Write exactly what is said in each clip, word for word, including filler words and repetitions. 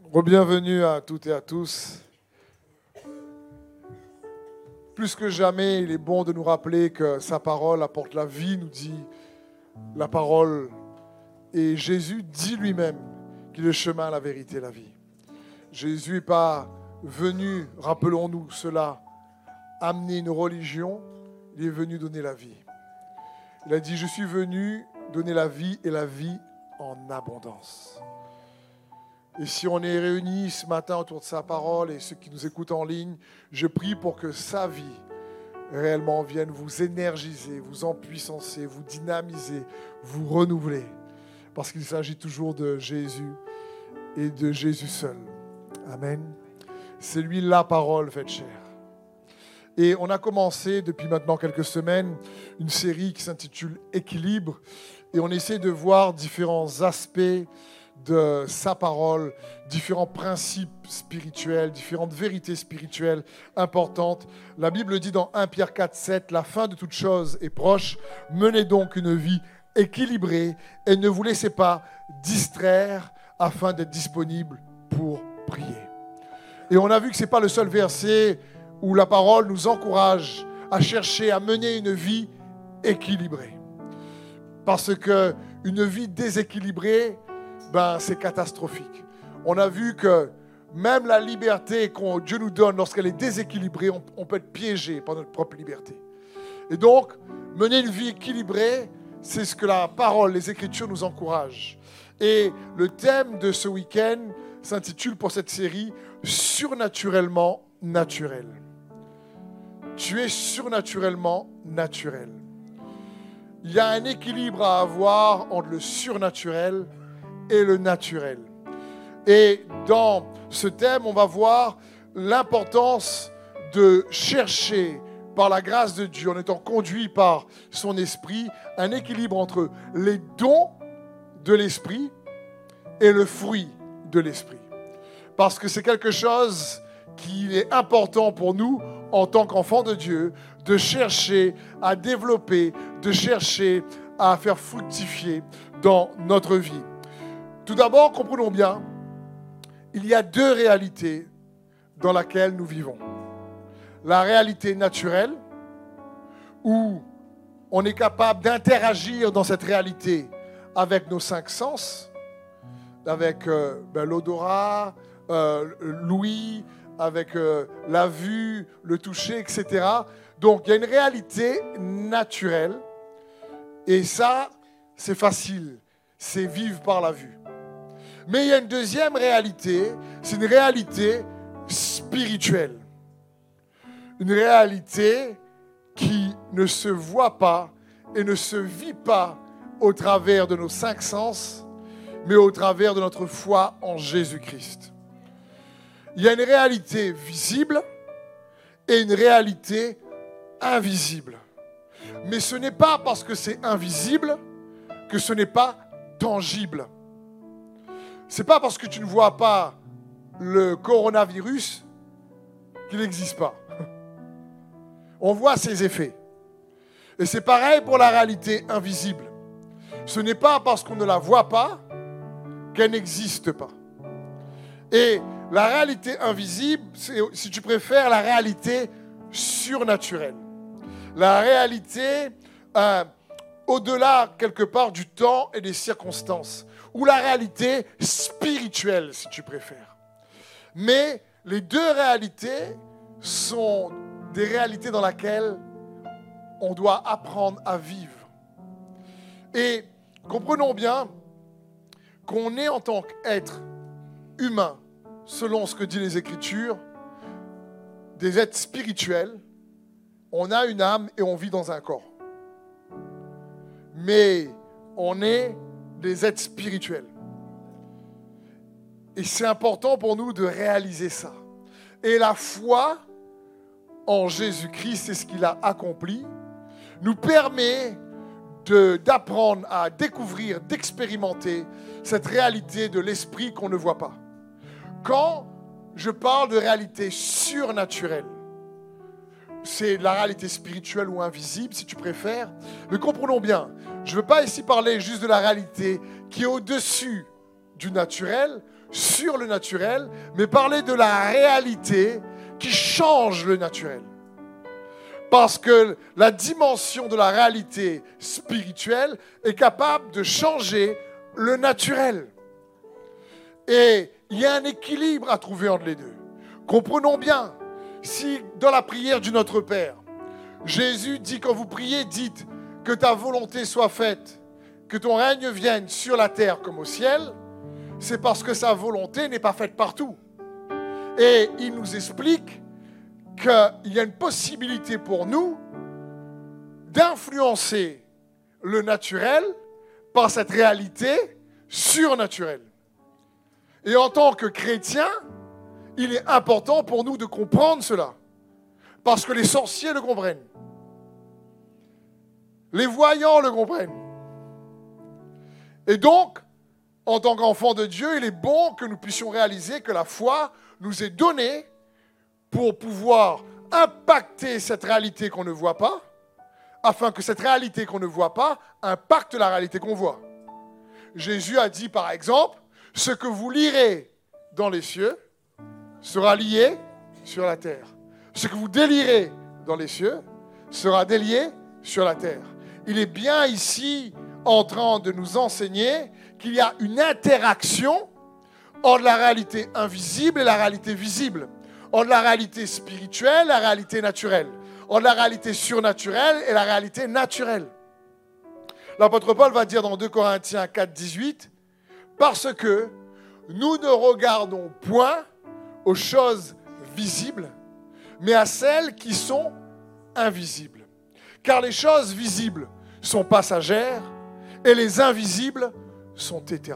Bienvenue à toutes et à tous. Plus que jamais, il est bon de nous rappeler que sa parole apporte la vie, nous dit la parole. Et Jésus dit lui-même qu'il est le chemin, la vérité, la vie. Jésus n'est pas venu, rappelons-nous cela, amener une religion, il est venu donner la vie. Il a dit, je suis venu donner la vie et la vie en abondance. Et si on est réunis ce matin autour de sa parole et ceux qui nous écoutent en ligne, je prie pour que sa vie réellement vienne vous énergiser, vous empuissancer, vous dynamiser, vous renouveler. Parce qu'il s'agit toujours de Jésus et de Jésus seul. Amen. C'est lui la parole faite chair. Et on a commencé depuis maintenant quelques semaines une série qui s'intitule Équilibre. Et on essaie de voir différents aspects de sa parole, différents principes spirituels, différentes vérités spirituelles importantes. La Bible dit dans premier Pierre quatre, sept, « La fin de toute chose est proche. Menez donc une vie équilibrée et ne vous laissez pas distraire afin d'être disponible pour prier. » Et on a vu que ce n'est pas le seul verset où la parole nous encourage à chercher à mener une vie équilibrée. Parce qu'une vie déséquilibrée, ben, c'est catastrophique. On a vu que même la liberté que Dieu nous donne, lorsqu'elle est déséquilibrée, on, on peut être piégé par notre propre liberté. Et donc, mener une vie équilibrée, c'est ce que la parole, les Écritures nous encouragent. Et le thème de ce week-end s'intitule pour cette série « Surnaturellement naturel ». Tu es surnaturellement naturel. Il y a un équilibre à avoir entre le surnaturel et le naturel. Et dans ce thème, on va voir l'importance de chercher, par la grâce de Dieu, en étant conduit par son esprit, un équilibre entre les dons de l'esprit et le fruit de l'esprit. Parce que c'est quelque chose qui est important pour nous, en tant qu'enfants de Dieu, de chercher à développer, de chercher à faire fructifier dans notre vie. Tout d'abord, comprenons bien, il y a deux réalités dans lesquelles nous vivons. La réalité naturelle, où on est capable d'interagir dans cette réalité avec nos cinq sens, avec euh, ben, l'odorat, euh, l'ouïe, avec euh, la vue, le toucher, et cetera. Donc, il y a une réalité naturelle, et ça, c'est facile, c'est vivre par la vue. Mais il y a une deuxième réalité, c'est une réalité spirituelle. Une réalité qui ne se voit pas et ne se vit pas au travers de nos cinq sens, mais au travers de notre foi en Jésus-Christ. Il y a une réalité visible et une réalité invisible. Mais ce n'est pas parce que c'est invisible que ce n'est pas tangible. Ce n'est pas parce que tu ne vois pas le coronavirus qu'il n'existe pas. On voit ses effets. Et c'est pareil pour la réalité invisible. Ce n'est pas parce qu'on ne la voit pas qu'elle n'existe pas. Et la réalité invisible, c'est, si tu préfères, la réalité surnaturelle. La réalité euh, au-delà, quelque part, du temps et des circonstances. Ou la réalité spirituelle, si tu préfères. Mais les deux réalités sont des réalités dans lesquelles on doit apprendre à vivre. Et comprenons bien qu'on est en tant qu'être humain, selon ce que disent les Écritures, des êtres spirituels, on a une âme et on vit dans un corps. Mais on est des êtres spirituels. Et c'est important pour nous de réaliser ça. Et la foi en Jésus-Christ et ce qu'il a accompli nous permet de, d'apprendre à découvrir, d'expérimenter cette réalité de l'esprit qu'on ne voit pas. Quand je parle de réalité surnaturelle, c'est la réalité spirituelle ou invisible, si tu préfères. Mais comprenons bien, je ne veux pas ici parler juste de la réalité qui est au-dessus du naturel, sur le naturel, mais parler de la réalité qui change le naturel. Parce que la dimension de la réalité spirituelle est capable de changer le naturel. Et il y a un équilibre à trouver entre les deux. Comprenons bien, si dans la prière du Notre Père, Jésus dit quand vous priez, dites que ta volonté soit faite, que ton règne vienne sur la terre comme au ciel, c'est parce que sa volonté n'est pas faite partout. Et il nous explique qu'il y a une possibilité pour nous d'influencer le naturel par cette réalité surnaturelle. Et en tant que chrétien, il est important pour nous de comprendre cela. Parce que les sorciers le comprennent. Les voyants le comprennent. Et donc, en tant qu'enfants de Dieu, il est bon que nous puissions réaliser que la foi nous est donnée pour pouvoir impacter cette réalité qu'on ne voit pas, afin que cette réalité qu'on ne voit pas impacte la réalité qu'on voit. Jésus a dit par exemple, ce que vous lirez dans les cieux sera lié sur la terre. Ce que vous délirez dans les cieux sera délié sur la terre. Il est bien ici en train de nous enseigner qu'il y a une interaction entre la réalité invisible et la réalité visible, entre la réalité spirituelle et la réalité naturelle, entre la réalité surnaturelle et la réalité naturelle. L'apôtre Paul va dire dans deux Corinthiens quatre, dix-huit, « Parce que nous ne regardons point aux choses visibles, mais à celles qui sont invisibles. Car les choses visibles sont passagères et les invisibles sont éternelles. »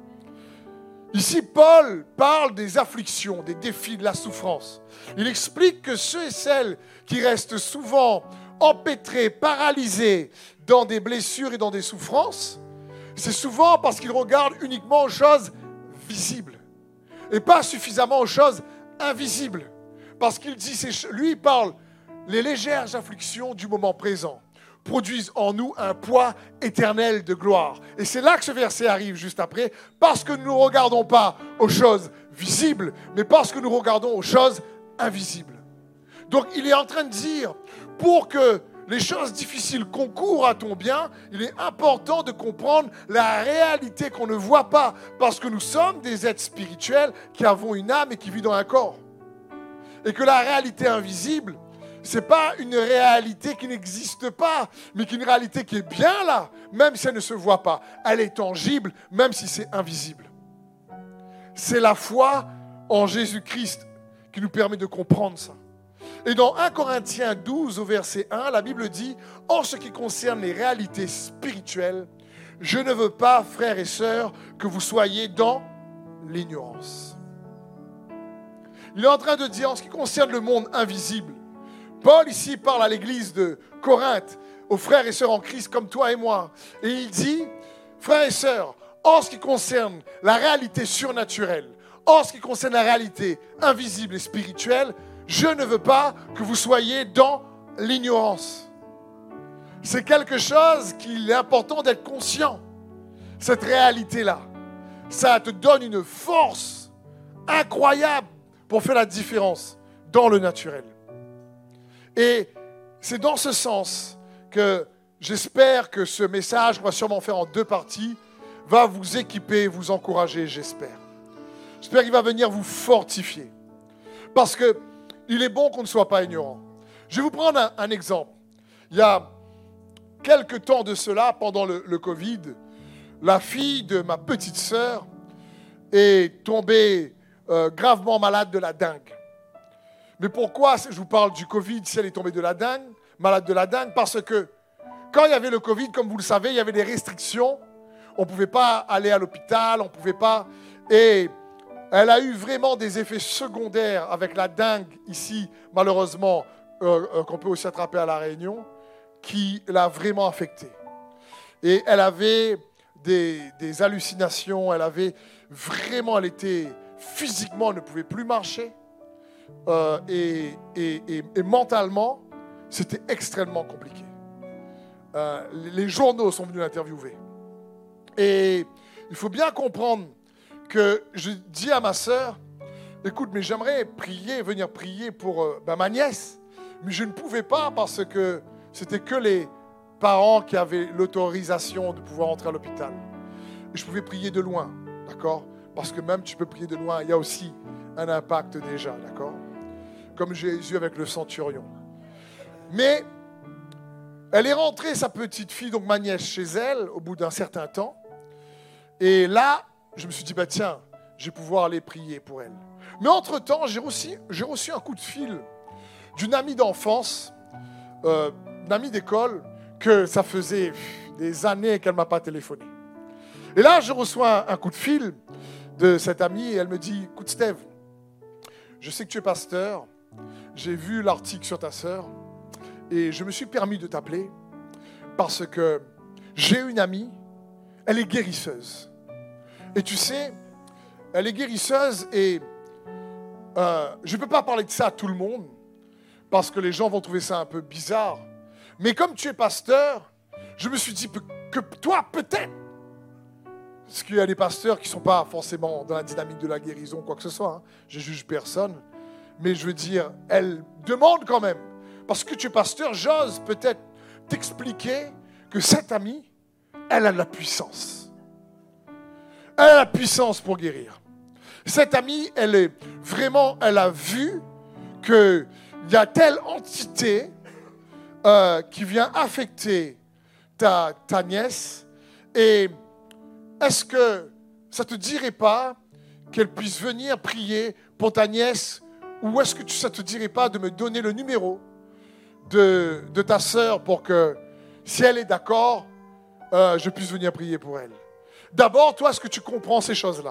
Ici, Paul parle des afflictions, des défis, de la souffrance. Il explique que ceux et celles qui restent souvent empêtrés, paralysés dans des blessures et dans des souffrances, c'est souvent parce qu'ils regardent uniquement aux choses visibles et pas suffisamment aux choses invisibles. Parce qu'il dit, lui, il parle, les légères afflictions du moment présent produisent en nous un poids éternel de gloire. Et c'est là que ce verset arrive juste après, parce que nous ne regardons pas aux choses visibles, mais parce que nous regardons aux choses invisibles. Donc il est en train de dire, pour que les choses difficiles concourent à ton bien, il est important de comprendre la réalité qu'on ne voit pas, parce que nous sommes des êtres spirituels qui avons une âme et qui vivent dans un corps. Et que la réalité invisible, ce n'est pas une réalité qui n'existe pas, mais une réalité qui est bien là, même si elle ne se voit pas. Elle est tangible, même si c'est invisible. C'est la foi en Jésus-Christ qui nous permet de comprendre ça. Et dans un Corinthiens douze, au verset un, la Bible dit « En ce qui concerne les réalités spirituelles, je ne veux pas, frères et sœurs, que vous soyez dans l'ignorance. » Il est en train de dire, en ce qui concerne le monde invisible, Paul ici parle à l'église de Corinthe, aux frères et sœurs en Christ comme toi et moi. Et il dit, frères et sœurs, en ce qui concerne la réalité surnaturelle, en ce qui concerne la réalité invisible et spirituelle, je ne veux pas que vous soyez dans l'ignorance. C'est quelque chose qu'il est important d'être conscient. Cette réalité-là, ça te donne une force incroyable pour faire la différence dans le naturel. Et c'est dans ce sens que j'espère que ce message, on va sûrement faire en deux parties, va vous équiper, vous encourager, j'espère. J'espère qu'il va venir vous fortifier. Parce qu'il est bon qu'on ne soit pas ignorant. Je vais vous prendre un, un exemple. Il y a quelques temps de cela, pendant le, le Covid, la fille de ma petite sœur est tombée euh, gravement malade de la dengue. Mais pourquoi je vous parle du Covid si elle est tombée de la dengue, malade de la dengue? Parce que quand il y avait le Covid, comme vous le savez, il y avait des restrictions. On ne pouvait pas aller à l'hôpital, on ne pouvait pas... Et elle a eu vraiment des effets secondaires avec la dengue ici, malheureusement, euh, euh, qu'on peut aussi attraper à La Réunion, qui l'a vraiment affectée. Et elle avait des, des hallucinations, elle avait vraiment, elle était physiquement, elle ne pouvait plus marcher. Euh, et, et, et, et mentalement, c'était extrêmement compliqué. Euh, les, les journaux sont venus l'interviewer. Et il faut bien comprendre que je dis à ma sœur, écoute, mais j'aimerais prier, venir prier pour euh, ben, ma nièce, mais je ne pouvais pas parce que c'était que les parents qui avaient l'autorisation de pouvoir entrer à l'hôpital. Et je pouvais prier de loin, d'accord? Parce que même tu peux prier de loin, il y a aussi un impact déjà, d'accord? Comme Jésus avec le centurion. Mais elle est rentrée, sa petite fille, donc ma nièce, chez elle, au bout d'un certain temps. Et là, je me suis dit, bah tiens, je vais pouvoir aller prier pour elle. Mais entre-temps, j'ai reçu, j'ai reçu un coup de fil d'une amie d'enfance, euh, une amie d'école, que ça faisait des années qu'elle ne m'a pas téléphoné. Et là, je reçois un, un coup de fil de cette amie et elle me dit, écoute Steve, je sais que tu es pasteur, j'ai vu l'article sur ta sœur et je me suis permis de t'appeler parce que j'ai une amie, elle est guérisseuse. Et tu sais, elle est guérisseuse et euh, je ne peux pas parler de ça à tout le monde parce que les gens vont trouver ça un peu bizarre. Mais comme tu es pasteur, je me suis dit que toi, peut-être, parce qu'il y a des pasteurs qui ne sont pas forcément dans la dynamique de la guérison, quoi que ce soit, hein, je ne juge personne, mais je veux dire, elle demande quand même, parce que tu es pasteur, j'ose peut-être t'expliquer que cette amie, elle a de la puissance. Elle a la puissance pour guérir. Cette amie, elle est vraiment, elle a vu qu'il y a telle entité euh, qui vient affecter ta, ta nièce. Et est-ce que ça ne te dirait pas qu'elle puisse venir prier pour ta nièce? Ou est-ce que tu, ça ne te dirait pas de me donner le numéro de, de ta sœur pour que, si elle est d'accord, euh, je puisse venir prier pour elle? D'abord, toi, est-ce que tu comprends ces choses-là?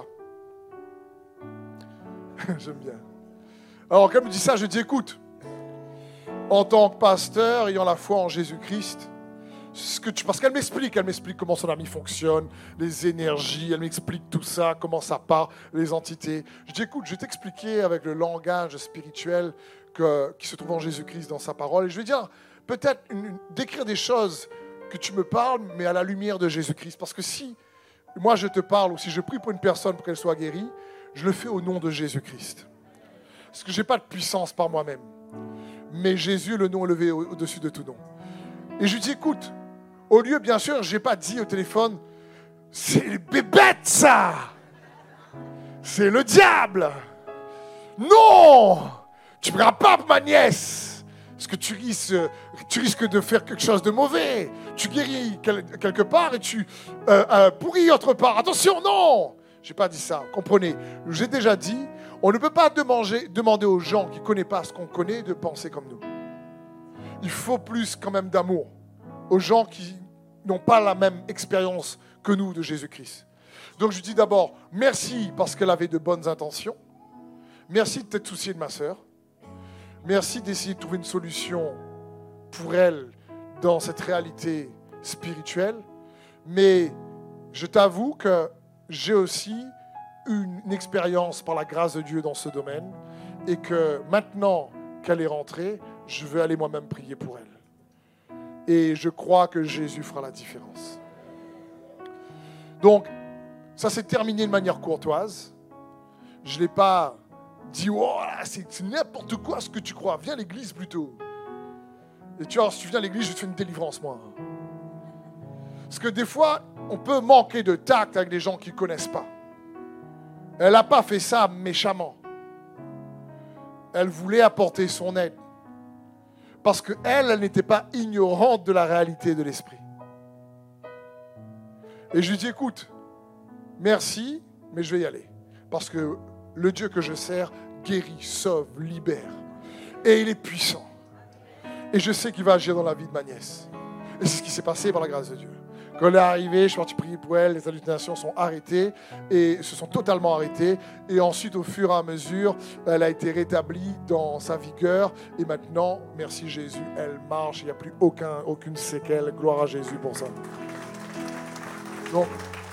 J'aime bien. Alors, quand elle me dit ça, je dis, écoute, en tant que pasteur, ayant la foi en Jésus-Christ, ce que tu, parce qu'elle m'explique, elle m'explique comment son ami fonctionne, les énergies, elle m'explique tout ça, comment ça part, les entités. Je dis, écoute, je vais t'expliquer avec le langage spirituel que, qui se trouve en Jésus-Christ dans sa parole. Et je vais dire, peut-être une, une, décrire des choses que tu me parles, mais à la lumière de Jésus-Christ. Parce que si moi je te parle, ou si je prie pour une personne pour qu'elle soit guérie, je le fais au nom de Jésus-Christ. Parce que je n'ai pas de puissance par moi-même. Mais Jésus, le nom élevé au-dessus de tout nom. Et je lui dis, écoute, au lieu, bien sûr, je n'ai pas dit au téléphone, c'est les bébêtes, ça! C'est le diable! Non! Tu ne prends pas pour ma nièce! Parce que tu risques, tu risques de faire quelque chose de mauvais. Tu guéris quelque part et tu euh, euh, pourris autre part. Attention, non! Je n'ai pas dit ça, comprenez. J'ai déjà dit, on ne peut pas demander, demander aux gens qui ne connaissent pas ce qu'on connaît de penser comme nous. Il faut plus quand même d'amour aux gens qui n'ont pas la même expérience que nous de Jésus-Christ. Donc je dis d'abord, merci parce qu'elle avait de bonnes intentions. Merci de t'être soucié de ma sœur. Merci d'essayer de trouver une solution pour elle dans cette réalité spirituelle. Mais je t'avoue que j'ai aussi une, une expérience par la grâce de Dieu dans ce domaine et que maintenant qu'elle est rentrée, je veux aller moi-même prier pour elle. Et je crois que Jésus fera la différence. Donc, ça s'est terminé de manière courtoise. Je ne l'ai pas dit, oh, c'est, c'est n'importe quoi ce que tu crois. Viens à l'église plutôt. Et tu vois, si tu viens à l'église, je te fais une délivrance, moi. Parce que des fois, on peut manquer de tact avec des gens qui ne connaissent pas. Elle n'a pas fait ça méchamment. Elle voulait apporter son aide. Parce qu'elle, elle n'était pas ignorante de la réalité de l'esprit. Et je lui dis, écoute, merci, mais je vais y aller. Parce que le Dieu que je sers guérit, sauve, libère. Et il est puissant. Et je sais qu'il va agir dans la vie de ma nièce. Et c'est ce qui s'est passé par la grâce de Dieu. Quand elle est arrivée, je suis parti prier pour elle, les hallucinations sont arrêtées et se sont totalement arrêtées. Et ensuite, au fur et à mesure, elle a été rétablie dans sa vigueur. Et maintenant, merci Jésus, elle marche, il n'y a plus aucun, aucune séquelle. Gloire à Jésus pour ça. Donc,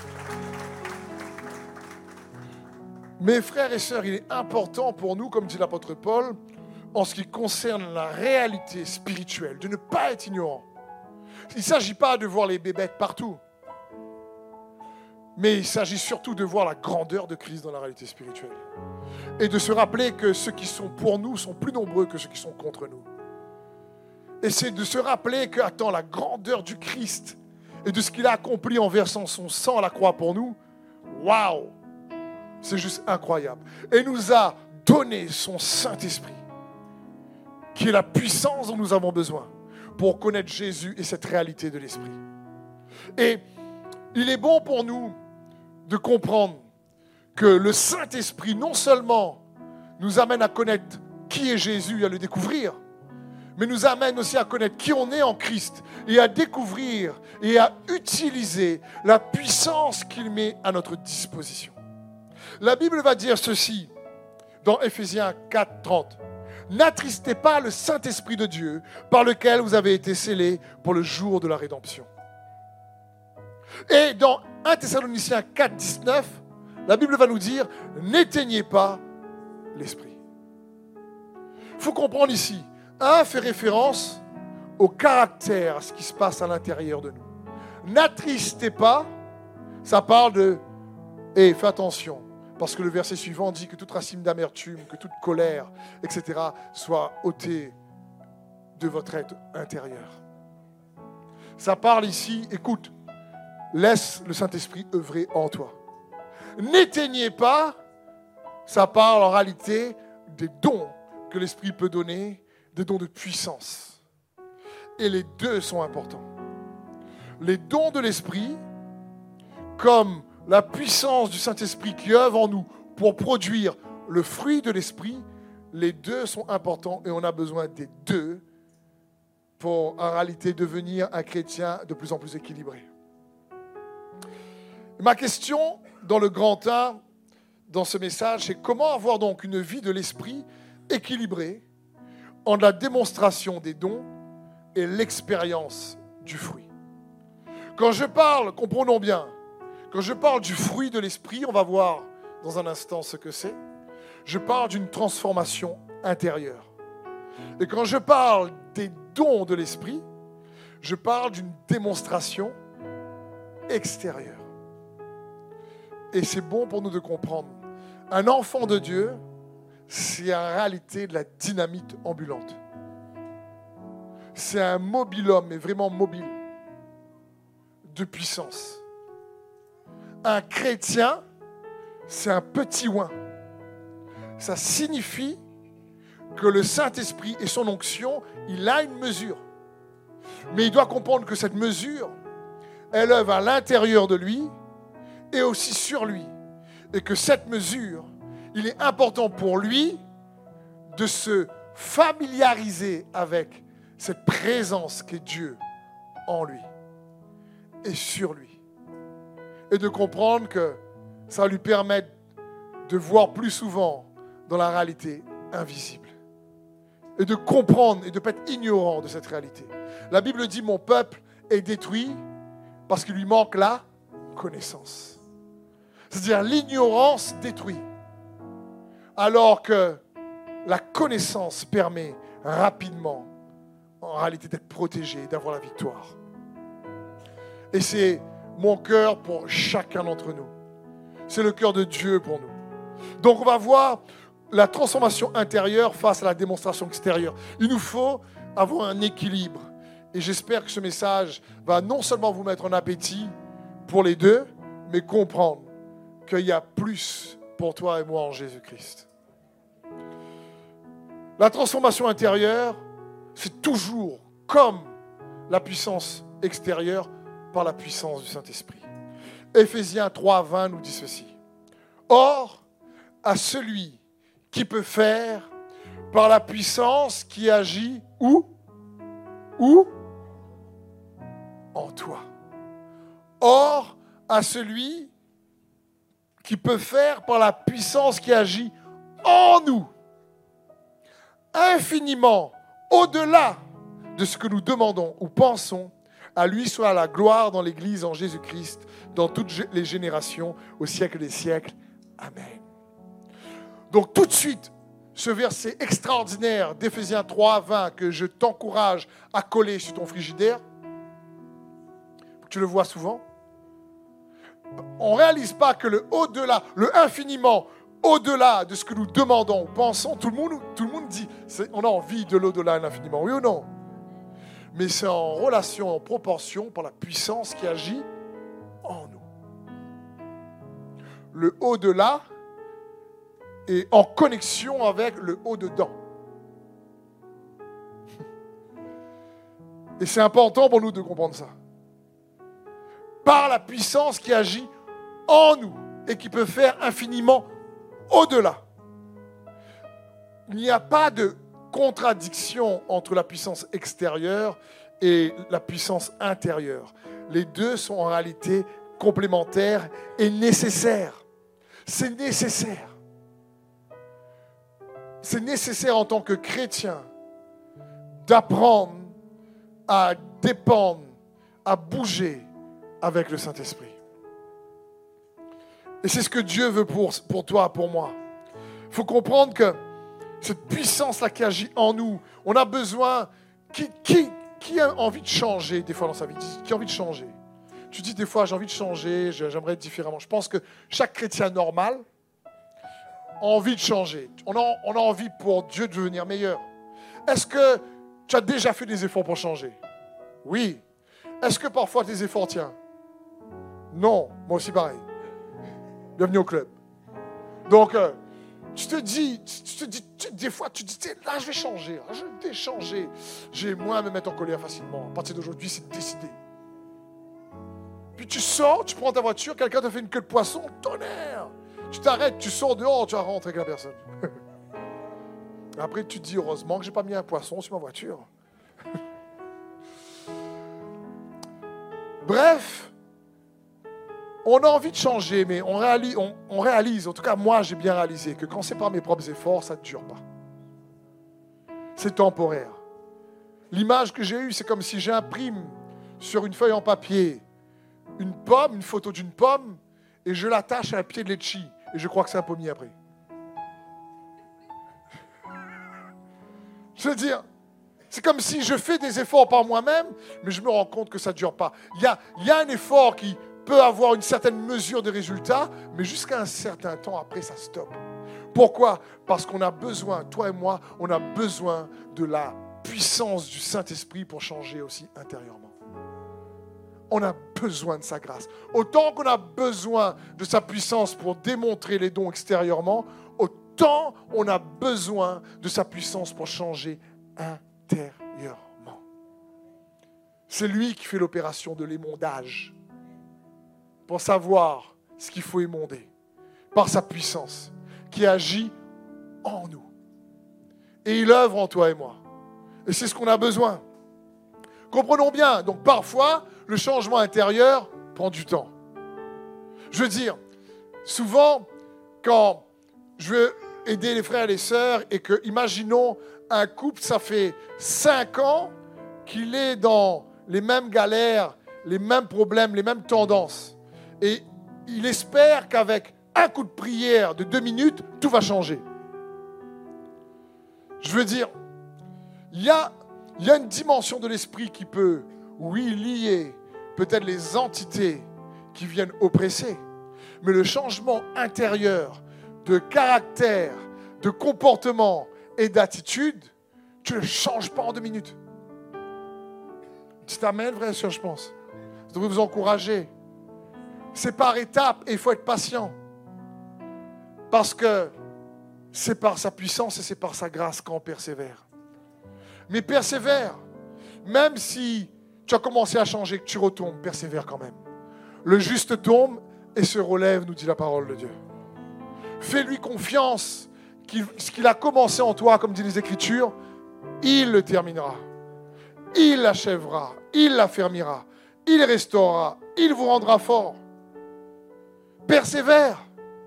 mes frères et sœurs, il est important pour nous, comme dit l'apôtre Paul, en ce qui concerne la réalité spirituelle, de ne pas être ignorant. Il ne s'agit pas de voir les bébêtes partout. Mais il s'agit surtout de voir la grandeur de Christ dans la réalité spirituelle. Et de se rappeler que ceux qui sont pour nous sont plus nombreux que ceux qui sont contre nous. Et c'est de se rappeler que, attends, la grandeur du Christ et de ce qu'il a accompli en versant son sang à la croix pour nous, waouh, c'est juste incroyable. Et nous a donné son Saint-Esprit, qui est la puissance dont nous avons besoin pour connaître Jésus et cette réalité de l'Esprit. Et il est bon pour nous de comprendre que le Saint-Esprit, non seulement nous amène à connaître qui est Jésus et à le découvrir, mais nous amène aussi à connaître qui on est en Christ et à découvrir et à utiliser la puissance qu'il met à notre disposition. La Bible va dire ceci dans Éphésiens quatre, trente. « N'attristez pas le Saint-Esprit de Dieu par lequel vous avez été scellés pour le jour de la rédemption. » Et dans un Thessaloniciens quatre, dix-neuf, la Bible va nous dire « N'éteignez pas l'Esprit. » Il faut comprendre ici, un fait référence au caractère, à ce qui se passe à l'intérieur de nous. N'attristez pas, ça parle de « et fais attention ». Parce que le verset suivant dit que toute racine d'amertume, que toute colère, et cetera soit ôtée de votre être intérieur. Ça parle ici, écoute, laisse le Saint-Esprit œuvrer en toi. N'éteignez pas, ça parle en réalité des dons que l'Esprit peut donner, des dons de puissance. Et les deux sont importants. Les dons de l'Esprit, comme la puissance du Saint-Esprit qui œuvre en nous pour produire le fruit de l'Esprit, les deux sont importants et on a besoin des deux pour en réalité devenir un chrétien de plus en plus équilibré. Ma question dans le grand un, dans ce message, c'est comment avoir donc une vie de l'Esprit équilibrée en la démonstration des dons et l'expérience du fruit. Quand je parle, comprenons bien, quand je parle du fruit de l'Esprit, on va voir dans un instant ce que c'est. Je parle d'une transformation intérieure. Et quand je parle des dons de l'Esprit, je parle d'une démonstration extérieure. Et c'est bon pour nous de comprendre. Un enfant de Dieu, c'est en réalité de la dynamite ambulante. C'est un mobil-homme, mais vraiment mobile, de puissance. Un chrétien, c'est un petit oin. Ça signifie que le Saint-Esprit et son onction, il a une mesure. Mais il doit comprendre que cette mesure, elle œuvre à l'intérieur de lui et aussi sur lui. Et que cette mesure, il est important pour lui de se familiariser avec cette présence qu'est Dieu en lui et sur lui. Et de comprendre que ça va lui permettre de voir plus souvent dans la réalité invisible. Et de comprendre et de ne pas être ignorant de cette réalité. La Bible dit « Mon peuple est détruit parce qu'il lui manque la connaissance. » C'est-à-dire l'ignorance détruit. Alors que la connaissance permet rapidement, en réalité, d'être protégé, d'avoir la victoire. Et c'est mon cœur pour chacun d'entre nous. C'est le cœur de Dieu pour nous. Donc on va voir la transformation intérieure face à la démonstration extérieure. Il nous faut avoir un équilibre. Et j'espère que ce message va non seulement vous mettre en appétit pour les deux, mais comprendre qu'il y a plus pour toi et moi en Jésus-Christ. La transformation intérieure, c'est toujours comme la puissance extérieure par la puissance du Saint-Esprit. Éphésiens trois, vingt nous dit ceci. Or, à celui qui peut faire par la puissance qui agit où? Où? En toi. Or, à celui qui peut faire par la puissance qui agit en nous, infiniment au-delà de ce que nous demandons ou pensons, à lui soit la gloire dans l'Église en Jésus-Christ, dans toutes les générations, au siècle des siècles. Amen. Donc tout de suite, ce verset extraordinaire d'Éphésiens trois, vingt que je t'encourage à coller sur ton frigidaire, tu le vois souvent, on ne réalise pas que le au-delà, le infiniment au-delà de ce que nous demandons ou pensons, tout le monde, tout le monde dit, c'est, on a envie de l'au-delà et l'infiniment, oui ou non? Mais c'est en relation, en proportion, par la puissance qui agit en nous. Le au-delà est en connexion avec le au-dedans. Et c'est important pour nous de comprendre ça. Par la puissance qui agit en nous et qui peut faire infiniment au-delà. Il n'y a pas de contradiction entre la puissance extérieure et la puissance intérieure. Les deux sont en réalité complémentaires et nécessaires. C'est nécessaire. C'est nécessaire en tant que chrétien d'apprendre à dépendre, à bouger avec le Saint-Esprit. Et c'est ce que Dieu veut pour, pour toi, pour moi. Il faut comprendre que cette puissance-là qui agit en nous, on a besoin... Qui, qui, qui a envie de changer des fois dans sa vie? Qui a envie de changer? Tu dis des fois, j'ai envie de changer, j'aimerais être différemment. Je pense que chaque chrétien normal a envie de changer. On a, on a envie pour Dieu de devenir meilleur. Est-ce que tu as déjà fait des efforts pour changer? Oui. Est-ce que parfois tes efforts tiennent? Non, moi aussi pareil. Bienvenue au club. Donc, euh, tu te dis, tu te dis tu, des fois, tu te dis, là, je vais changer, là, je vais changer. J'ai moins à me mettre en colère facilement. À partir d'aujourd'hui, c'est décidé. Puis tu sors, tu prends ta voiture, quelqu'un te fait une queue de poisson, tonnerre. Tu t'arrêtes, tu sors dehors, tu vas rentrer avec la personne. Après, tu te dis, heureusement que je n'ai pas mis un poisson sur ma voiture. Bref, on a envie de changer, mais on réalise, on, on réalise, en tout cas moi j'ai bien réalisé, que quand c'est par mes propres efforts, ça ne dure pas. C'est temporaire. L'image que j'ai eue, c'est comme si j'imprime sur une feuille en papier une pomme, une photo d'une pomme, et je l'attache à un pied de litchi, et je crois que c'est un pommier après. Je veux dire, c'est comme si je fais des efforts par moi-même, mais je me rends compte que ça ne dure pas. Il y a, il y a un effort qui peut avoir une certaine mesure de résultat, mais jusqu'à un certain temps, après, ça stoppe. Pourquoi? Parce qu'on a besoin, toi et moi, on a besoin de la puissance du Saint-Esprit pour changer aussi intérieurement. On a besoin de sa grâce. Autant qu'on a besoin de sa puissance pour démontrer les dons extérieurement, autant on a besoin de sa puissance pour changer intérieurement. C'est lui qui fait l'opération de l'émondage pour savoir ce qu'il faut émonder par sa puissance qui agit en nous. Et il œuvre en toi et moi. Et c'est ce qu'on a besoin. Comprenons bien, donc parfois, le changement intérieur prend du temps. Je veux dire, souvent, quand je veux aider les frères et les sœurs et que, imaginons, un couple, ça fait cinq ans qu'il est dans les mêmes galères, les mêmes problèmes, les mêmes tendances. Et il espère qu'avec un coup de prière de deux minutes, tout va changer. Je veux dire, il y a, il y a une dimension de l'esprit qui peut, oui, lier peut-être les entités qui viennent oppresser, mais le changement intérieur de caractère, de comportement et d'attitude, tu ne le changes pas en deux minutes. Tu t'amènes, vrai, sûr, je pense. Ça devrait vous encourager. C'est par étapes et il faut être patient. Parce que c'est par sa puissance et c'est par sa grâce qu'on persévère. Mais persévère. Même si tu as commencé à changer, que tu retombes, persévère quand même. Le juste tombe et se relève, nous dit la parole de Dieu. Fais-lui confiance. Qu'il, ce qu'il a commencé en toi, comme dit les Écritures, il le terminera. Il l'achèvera. Il l'affermira. Il restaurera. Il vous rendra fort. Persévère.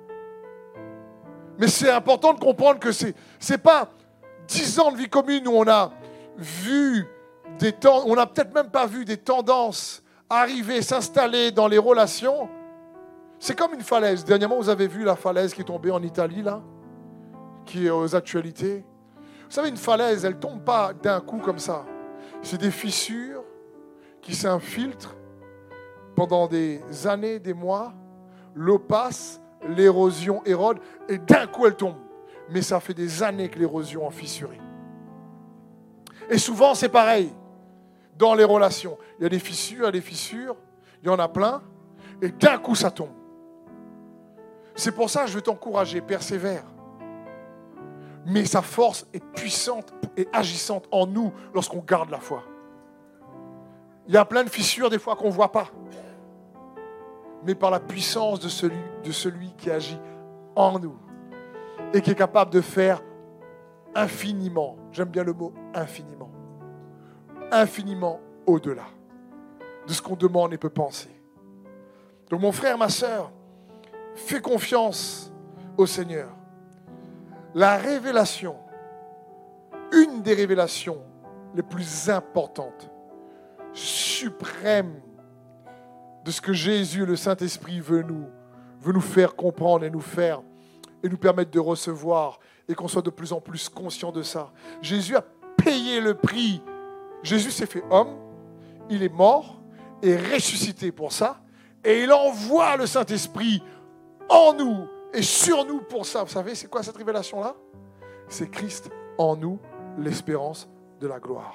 Mais c'est important de comprendre que c'est, c'est pas dix ans de vie commune où on a vu des temps, on n'a peut-être même pas vu des tendances arriver, s'installer dans les relations. C'est comme une falaise. Dernièrement, vous avez vu la falaise qui est tombée en Italie, là, qui est aux actualités. Vous savez, une falaise, elle ne tombe pas d'un coup comme ça. C'est des fissures qui s'infiltrent pendant des années, des mois, l'eau passe, l'érosion érode, et d'un coup elle tombe. Mais ça fait des années que l'érosion a fissuré. Et souvent c'est pareil, dans les relations. Il y a des fissures, il y a des fissures, il y en a plein, et d'un coup ça tombe. C'est pour ça que je veux t'encourager, persévère. Mais sa force est puissante et agissante en nous lorsqu'on garde la foi. Il y a plein de fissures des fois qu'on ne voit pas. Mais par la puissance de celui, de celui qui agit en nous et qui est capable de faire infiniment, j'aime bien le mot infiniment, infiniment au-delà de ce qu'on demande et peut penser. Donc mon frère, ma sœur, fais confiance au Seigneur. La révélation, une des révélations les plus importantes, suprêmes de ce que Jésus, le Saint-Esprit, veut nous, veut nous faire comprendre et nous faire et nous permettre de recevoir et qu'on soit de plus en plus conscient de ça. Jésus a payé le prix. Jésus s'est fait homme, il est mort et ressuscité pour ça et il envoie le Saint-Esprit en nous et sur nous pour ça. Vous savez, c'est quoi cette révélation-là? C'est Christ en nous, l'espérance de la gloire.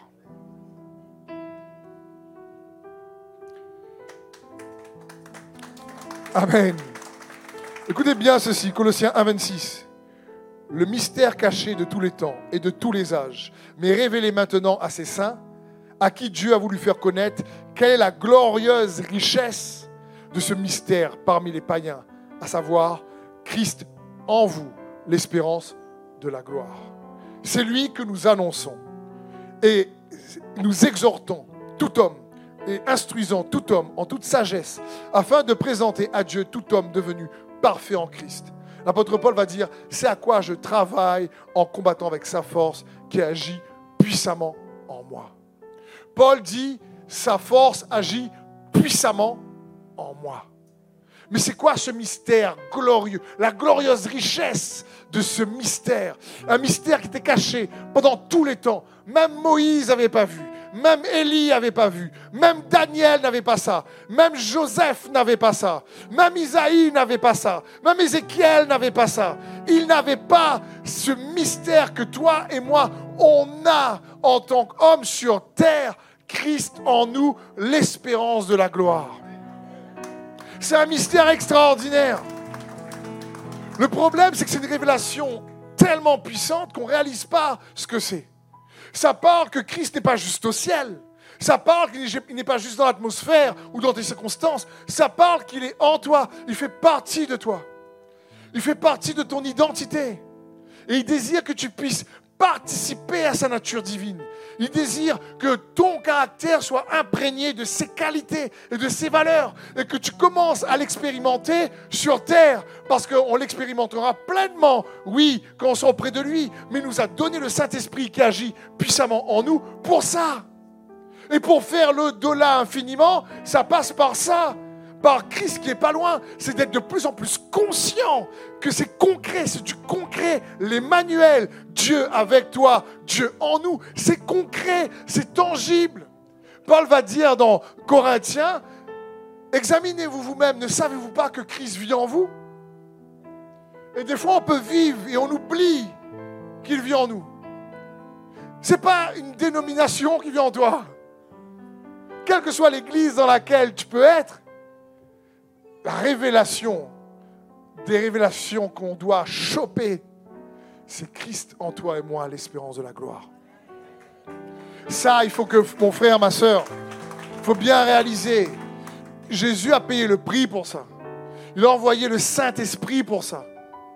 Amen. Écoutez bien ceci, Colossiens un, vingt-six. Le mystère caché de tous les temps et de tous les âges, mais révélé maintenant à ses saints, à qui Dieu a voulu faire connaître quelle est la glorieuse richesse de ce mystère parmi les païens, à savoir Christ en vous, l'espérance de la gloire. C'est lui que nous annonçons et nous exhortons tout homme et instruisant tout homme en toute sagesse, afin de présenter à Dieu tout homme devenu parfait en Christ. L'apôtre Paul va dire, c'est à quoi je travaille en combattant avec sa force qui agit puissamment en moi. Paul dit, sa force agit puissamment en moi. Mais c'est quoi ce mystère glorieux? La glorieuse richesse de ce mystère. Un mystère qui était caché pendant tous les temps. Même Moïse n'avait pas vu. Même Élie n'avait pas vu. Même Daniel n'avait pas ça. Même Joseph n'avait pas ça. Même Isaïe n'avait pas ça. Même Ézéchiel n'avait pas ça. Il n'avait pas ce mystère que toi et moi, on a en tant qu'homme sur terre. Christ en nous, l'espérance de la gloire. C'est un mystère extraordinaire. Le problème, c'est que c'est une révélation tellement puissante qu'on ne réalise pas ce que c'est. Ça parle que Christ n'est pas juste au ciel. Ça parle qu'il n'est pas juste dans l'atmosphère ou dans tes circonstances. Ça parle qu'il est en toi. Il fait partie de toi. Il fait partie de ton identité. Et il désire que tu puisses participer à sa nature divine. Il désire que ton caractère soit imprégné de ses qualités et de ses valeurs et que tu commences à l'expérimenter sur terre parce qu'on l'expérimentera pleinement, oui, quand on sera auprès de lui, mais il nous a donné le Saint-Esprit qui agit puissamment en nous pour ça. Et pour faire le de-là infiniment, ça passe par ça. Par Christ qui n'est pas loin, c'est d'être de plus en plus conscient que c'est concret, c'est du concret, l'Emmanuel, Dieu avec toi, Dieu en nous, c'est concret, c'est tangible. Paul va dire dans Corinthiens, examinez-vous vous-même, ne savez-vous pas que Christ vit en vous? Et des fois on peut vivre et on oublie qu'il vit en nous. Ce n'est pas une dénomination qui vit en toi. Quelle que soit l'église dans laquelle tu peux être, la révélation, des révélations qu'on doit choper, c'est Christ en toi et moi, l'espérance de la gloire. Ça, il faut que, mon frère, ma sœur, il faut bien réaliser, Jésus a payé le prix pour ça. Il a envoyé le Saint-Esprit pour ça.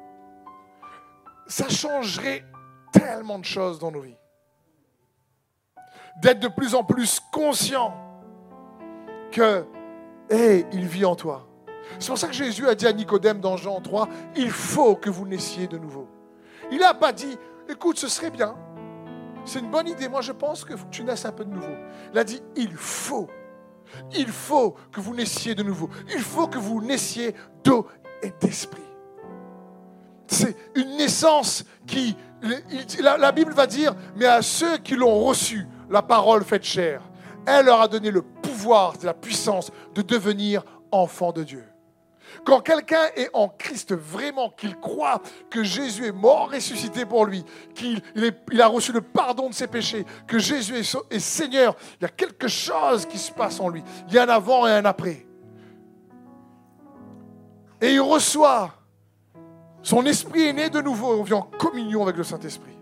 Ça changerait tellement de choses dans nos vies. D'être de plus en plus conscient que, hé, il vit en toi. C'est pour ça que Jésus a dit à Nicodème dans Jean trois, il faut que vous naissiez de nouveau. Il n'a pas dit, écoute, ce serait bien, c'est une bonne idée, moi je pense que tu naisses un peu de nouveau. Il a dit, il faut, il faut que vous naissiez de nouveau. Il faut que vous naissiez d'eau et d'esprit. C'est une naissance qui, la, la Bible va dire, mais à ceux qui l'ont reçu, la parole faite chair, elle leur a donné le pouvoir, la puissance de devenir enfants de Dieu. Quand quelqu'un est en Christ vraiment, qu'il croit que Jésus est mort, ressuscité pour lui, qu'il il est, il a reçu le pardon de ses péchés, que Jésus est, est Seigneur, il y a quelque chose qui se passe en lui. Il y a un avant et un après. Et il reçoit. Son esprit est né de nouveau et on vient en communion avec le Saint-Esprit.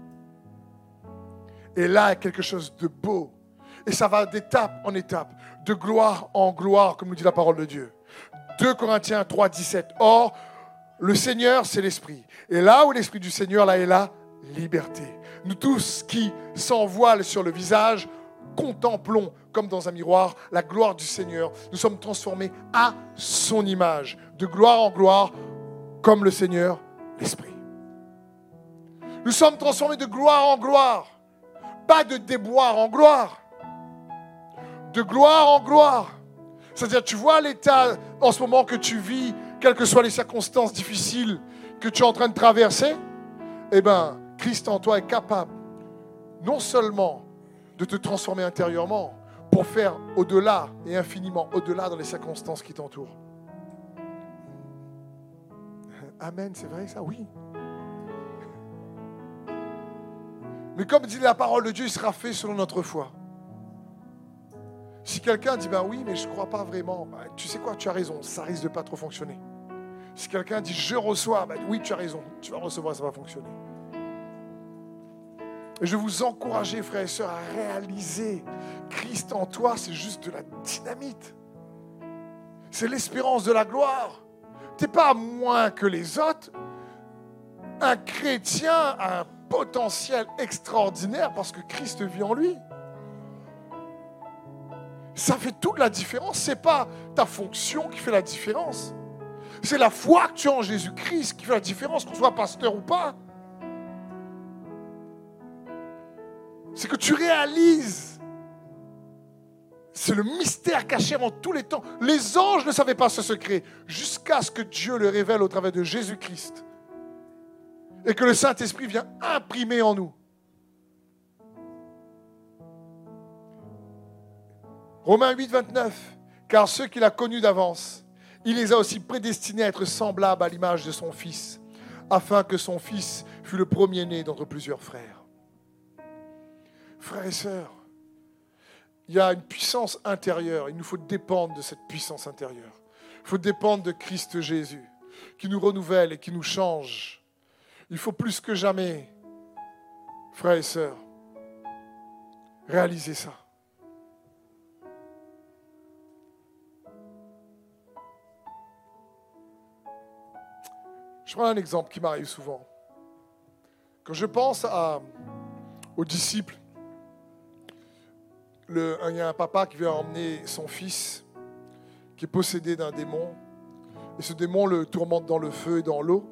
Et là, il y a quelque chose de beau. Et ça va d'étape en étape, de gloire en gloire, comme nous dit la parole de Dieu. deux Corinthiens trois, dix-sept. Or, le Seigneur, c'est l'Esprit. Et là où l'Esprit du Seigneur, là est la liberté. Nous tous qui, sans voile sur le visage, contemplons, comme dans un miroir, la gloire du Seigneur. Nous sommes transformés à son image, de gloire en gloire, comme le Seigneur, l'Esprit. Nous sommes transformés de gloire en gloire, pas de déboire en gloire. De gloire en gloire. C'est-à-dire, tu vois l'état en ce moment que tu vis, quelles que soient les circonstances difficiles que tu es en train de traverser, eh bien, Christ en toi est capable non seulement de te transformer intérieurement pour faire au-delà et infiniment au-delà dans les circonstances qui t'entourent. Amen, c'est vrai ça? Oui. Mais comme dit la parole de Dieu, il sera fait selon notre foi. Si quelqu'un dit, ben oui, mais je ne crois pas vraiment, ben, tu sais quoi, tu as raison, ça risque de ne pas trop fonctionner. Si quelqu'un dit, je reçois, ben oui, tu as raison, tu vas recevoir, ça va fonctionner. Et je vais vous encourager, frères et sœurs, à réaliser, Christ en toi, c'est juste de la dynamite. C'est l'espérance de la gloire. Tu n'es pas moins que les autres. Un chrétien a un potentiel extraordinaire parce que Christ vit en lui. Ça fait toute la différence. Ce n'est pas ta fonction qui fait la différence. C'est la foi que tu as en Jésus-Christ qui fait la différence, qu'on soit pasteur ou pas. C'est que tu réalises. C'est le mystère caché en tous les temps. Les anges ne savaient pas ce secret jusqu'à ce que Dieu le révèle au travers de Jésus-Christ. Et que le Saint-Esprit vient imprimer en nous. Romains huit, vingt-neuf. Car ceux qu'il a connus d'avance, il les a aussi prédestinés à être semblables à l'image de son Fils, afin que son Fils fût le premier-né d'entre plusieurs frères. Frères et sœurs, il y a une puissance intérieure. Il nous faut dépendre de cette puissance intérieure. Il faut dépendre de Christ Jésus, qui nous renouvelle et qui nous change. Il faut plus que jamais, frères et sœurs, réaliser ça. Je prends un exemple qui m'arrive souvent. Quand je pense à, aux disciples, le, il y a un papa qui vient emmener son fils qui est possédé d'un démon. Et ce démon le tourmente dans le feu et dans l'eau.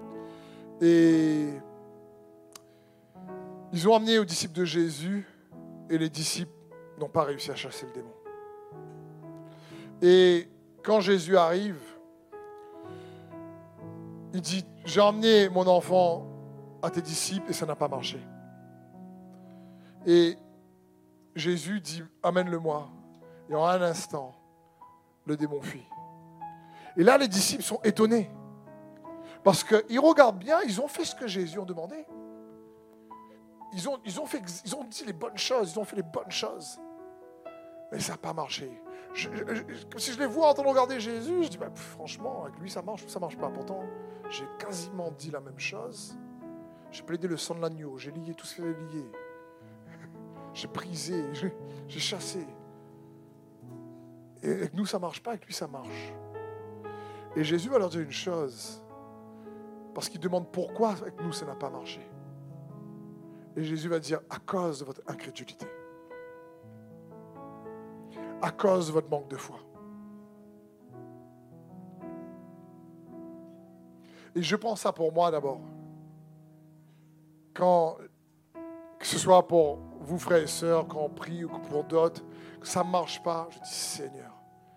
Et ils ont emmené aux disciples de Jésus et les disciples n'ont pas réussi à chasser le démon. Et quand Jésus arrive, il dit, j'ai emmené mon enfant à tes disciples et ça n'a pas marché. Et Jésus dit, amène-le-moi. Et en un instant, le démon fuit. Et là, les disciples sont étonnés. Parce qu'ils regardent bien, ils ont fait ce que Jésus a demandé. Ils ont, ils, ont fait, ils ont dit les bonnes choses, ils ont fait les bonnes choses. Mais ça n'a pas marché. Je, je, si je les vois en train de regarder Jésus, je dis, bah, franchement, avec lui, ça marche ou ça ne marche pas. Pourtant, j'ai quasiment dit la même chose. J'ai plaidé le sang de l'agneau, j'ai lié tout ce qu'il fallait lier. J'ai brisé, j'ai, j'ai chassé. Et avec nous, ça ne marche pas, avec lui, ça marche. Et Jésus va leur dire une chose. Parce qu'il demande pourquoi avec nous, ça n'a pas marché. Et Jésus va dire, à cause de votre incrédulité. À cause de votre manque de foi. Et je prends ça pour moi d'abord. Quand, que ce soit pour vous frères et sœurs, quand on prie ou pour d'autres, que ça ne marche pas, je dis Seigneur,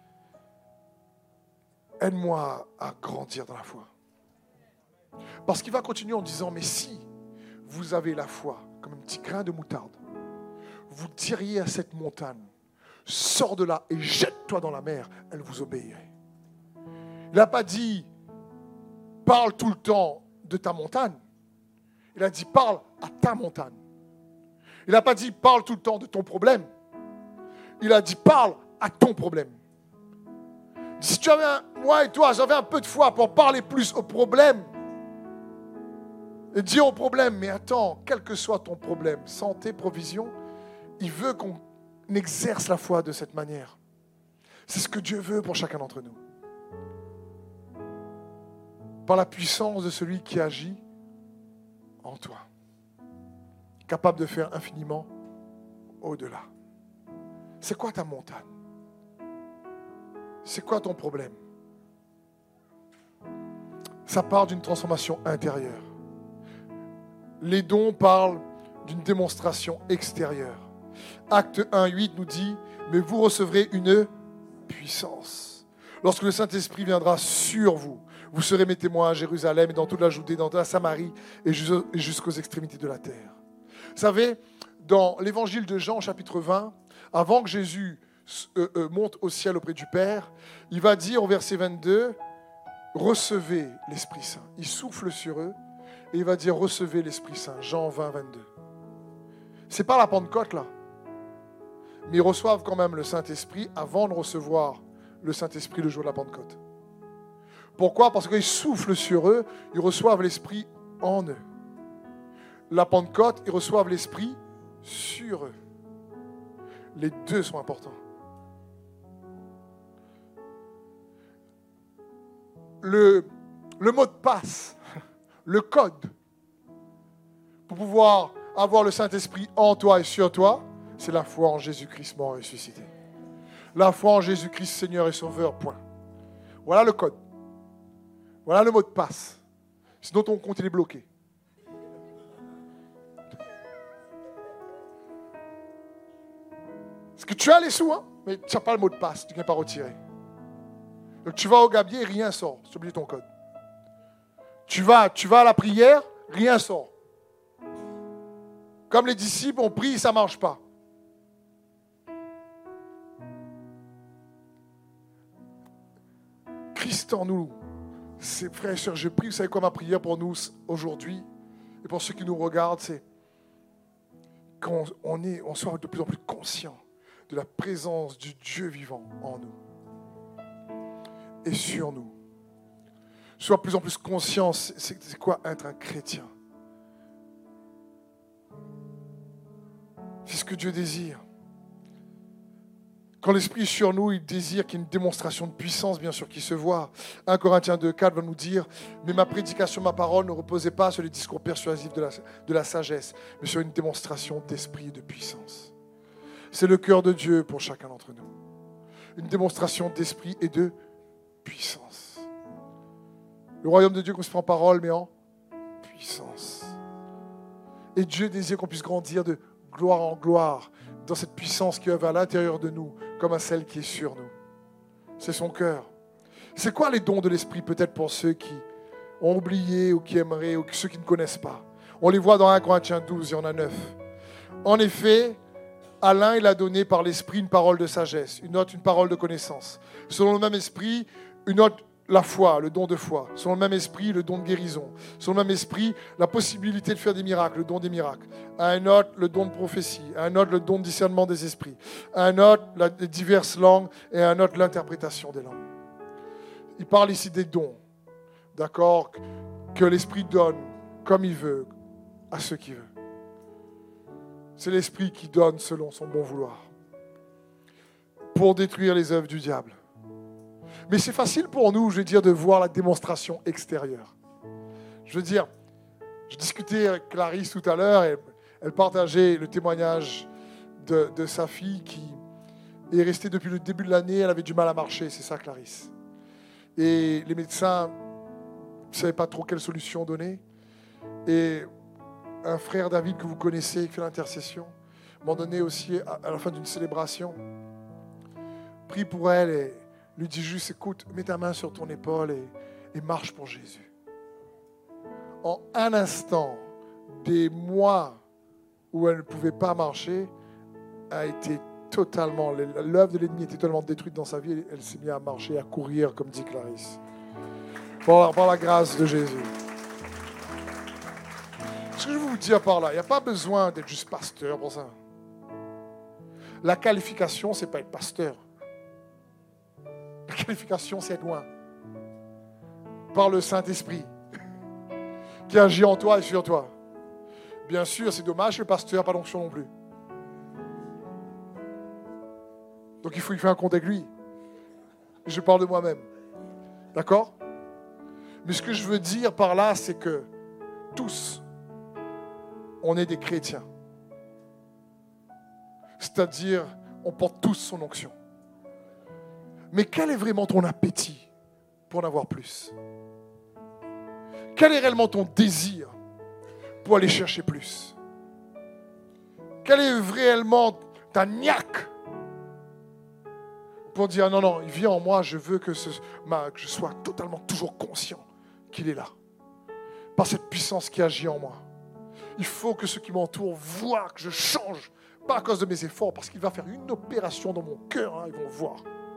aide-moi à grandir dans la foi. Parce qu'il va continuer en disant, mais si vous avez la foi comme un petit grain de moutarde, vous diriez à cette montagne, sors de là et jette-toi dans la mer, elle vous obéirait. Il n'a pas dit, parle tout le temps de ta montagne. Il a dit, parle à ta montagne. Il n'a pas dit, parle tout le temps de ton problème. Il a dit, parle à ton problème. Si tu avais un, moi et toi, j'avais un peu de foi pour parler plus au problème. Et dire au problème, mais attends, quel que soit ton problème, santé, provision, il veut qu'on exerce la foi de cette manière. C'est ce que Dieu veut pour chacun d'entre nous. Par la puissance de celui qui agit en toi. Capable de faire infiniment au-delà. C'est quoi ta montagne? C'est quoi ton problème? Ça part d'une transformation intérieure. Les dons parlent d'une démonstration extérieure. Acte un, huit nous dit, mais vous recevrez une puissance. Lorsque le Saint-Esprit viendra sur vous, vous serez mes témoins à Jérusalem et dans toute la Judée, dans la Samarie et jusqu'aux extrémités de la terre. Vous savez, dans l'évangile de Jean, chapitre vingt, avant que Jésus euh, euh, monte au ciel auprès du Père, il va dire au verset vingt-deux, recevez l'Esprit Saint. Il souffle sur eux et il va dire, recevez l'Esprit Saint. Jean vingt, vingt-deux. C'est pas la Pentecôte là. Mais ils reçoivent quand même le Saint-Esprit avant de recevoir le Saint-Esprit le jour de la Pentecôte. Pourquoi? Parce qu'ils soufflent sur eux, ils reçoivent l'Esprit en eux. La Pentecôte, ils reçoivent l'Esprit sur eux. Les deux sont importants. Le, le mot de passe, le code, pour pouvoir avoir le Saint-Esprit en toi et sur toi, c'est la foi en Jésus-Christ mort et ressuscité. La foi en Jésus-Christ Seigneur et Sauveur, point. Voilà le code. Voilà le mot de passe. Sinon ton compte il est bloqué. Parce que tu as les sous, hein, mais tu n'as pas le mot de passe, tu ne viens pas retirer. Donc tu vas au gabier et rien sort. Tu as oublié ton code. Tu vas, tu vas à la prière, rien sort. Comme les disciples ont prié, ça ne marche pas. Christ en nous. C'est, frères et sœurs, je prie, vous savez quoi ma prière pour nous aujourd'hui et pour ceux qui nous regardent, c'est qu'on on est, on soit de plus en plus conscient de la présence du Dieu vivant en nous et sur nous. Soit de plus en plus conscient, c'est, c'est quoi être un chrétien. C'est ce que Dieu désire. Quand l'Esprit est sur nous, il désire qu'il y ait une démonstration de puissance, bien sûr, qui se voit. un Corinthiens deux, quatre va nous dire « Mais ma prédication, ma parole ne reposait pas sur les discours persuasifs de la, de la sagesse, mais sur une démonstration d'esprit et de puissance. » C'est le cœur de Dieu pour chacun d'entre nous. Une démonstration d'esprit et de puissance. Le royaume de Dieu qu'on se prend en parole, mais en puissance. Et Dieu désire qu'on puisse grandir de gloire en gloire, dans cette puissance qui œuvre à l'intérieur de nous, comme à celle qui est sur nous. C'est son cœur. C'est quoi les dons de l'Esprit, peut-être pour ceux qui ont oublié ou qui aimeraient, ou ceux qui ne connaissent pas? On les voit dans un Corinthiens douze, il y en a neuf. En effet, à l'un, il a donné par l'Esprit une parole de sagesse, une autre, une parole de connaissance. Selon le même Esprit, une autre, la foi, le don de foi. Selon le même esprit, le don de guérison. Selon le même esprit, la possibilité de faire des miracles, le don des miracles. À un autre, le don de prophétie. À un autre, le don de discernement des esprits. À un autre, les diverses langues. Et à un autre, l'interprétation des langues. Il parle ici des dons. D'accord? Que l'Esprit donne comme il veut à ceux qu'il veut. C'est l'Esprit qui donne selon son bon vouloir. Pour détruire les œuvres du diable. Mais c'est facile pour nous, je veux dire, de voir la démonstration extérieure. Je veux dire, je discutais avec Clarisse tout à l'heure et elle partageait le témoignage de, de sa fille qui est restée depuis le début de l'année, elle avait du mal à marcher, c'est ça Clarisse. Et les médecins ne savaient pas trop quelle solution donner. Et un frère David que vous connaissez, qui fait l'intercession, m'a donné aussi à la fin d'une célébration, prie pour elle et lui dit juste, écoute, mets ta main sur ton épaule et, et marche pour Jésus. En un instant, des mois où elle ne pouvait pas marcher, a été totalement, l'œuvre de l'ennemi était totalement détruite dans sa vie. Elle, elle s'est mise à marcher, à courir, comme dit Clarisse. Par la, par la grâce de Jésus. Ce que je veux vous dire par là, il n'y a pas besoin d'être juste pasteur pour ça. La qualification, ce n'est pas être pasteur. La qualification, c'est être loin. Par le Saint-Esprit qui agit en toi et sur toi. Bien sûr, c'est dommage que le pasteur n'a pas d'onction non plus. Donc il faut y faire un compte avec lui. Je parle de moi-même. D'accord ? Mais ce que je veux dire par là, c'est que tous, on est des chrétiens. C'est-à-dire, on porte tous son onction. Mais quel est vraiment ton appétit pour en avoir plus ? Quel est réellement ton désir pour aller chercher plus ? Quel est réellement ta niaque pour dire non, non, il vient en moi, je veux que, ce, ma, que je sois totalement toujours conscient qu'il est là, par cette puissance qui agit en moi. Il faut que ceux qui m'entourent voient que je change, pas à cause de mes efforts, parce qu'il va faire une opération dans mon cœur, hein, ils vont le voir.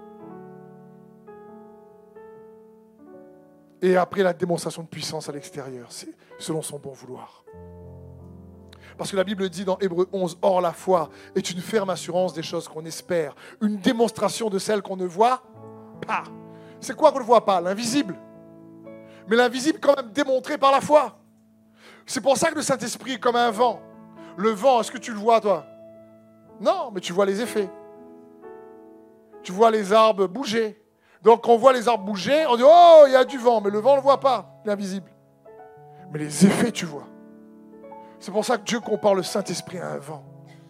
Et après la démonstration de puissance à l'extérieur, c'est selon son bon vouloir. Parce que la Bible dit dans Hébreux onze, « Or la foi est une ferme assurance des choses qu'on espère, une démonstration de celles qu'on ne voit pas. » C'est quoi qu'on ne voit pas ? L'invisible. Mais l'invisible quand même démontré par la foi. C'est pour ça que le Saint-Esprit est comme un vent. Le vent, est-ce que tu le vois toi ? Non, mais tu vois les effets. Tu vois les arbres bouger. Donc quand on voit les arbres bouger, on dit « Oh, il y a du vent », mais le vent on ne le voit pas, l'invisible. Mais les effets, tu vois. C'est pour ça que Dieu compare le Saint-Esprit à un vent.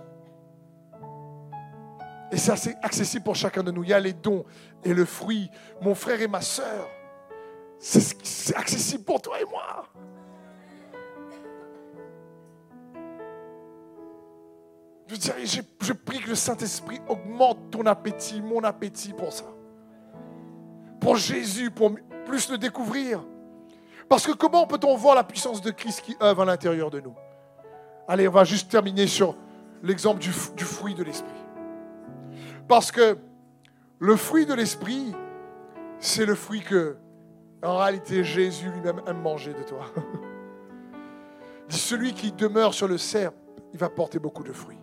Et c'est assez accessible pour chacun de nous. Il y a les dons et le fruit. Mon frère et ma sœur, c'est, c'est accessible pour toi et moi. Je dirais, je, je prie que le Saint-Esprit augmente ton appétit, mon appétit pour ça. Pour Jésus, pour plus le découvrir. Parce que comment peut-on voir la puissance de Christ qui œuvre à l'intérieur de nous ? Allez, on va juste terminer sur l'exemple du, du fruit de l'esprit. Parce que le fruit de l'esprit, c'est le fruit que, en réalité, Jésus lui-même aime manger de toi. Il dit, celui qui demeure sur le cep, il va porter beaucoup de fruits.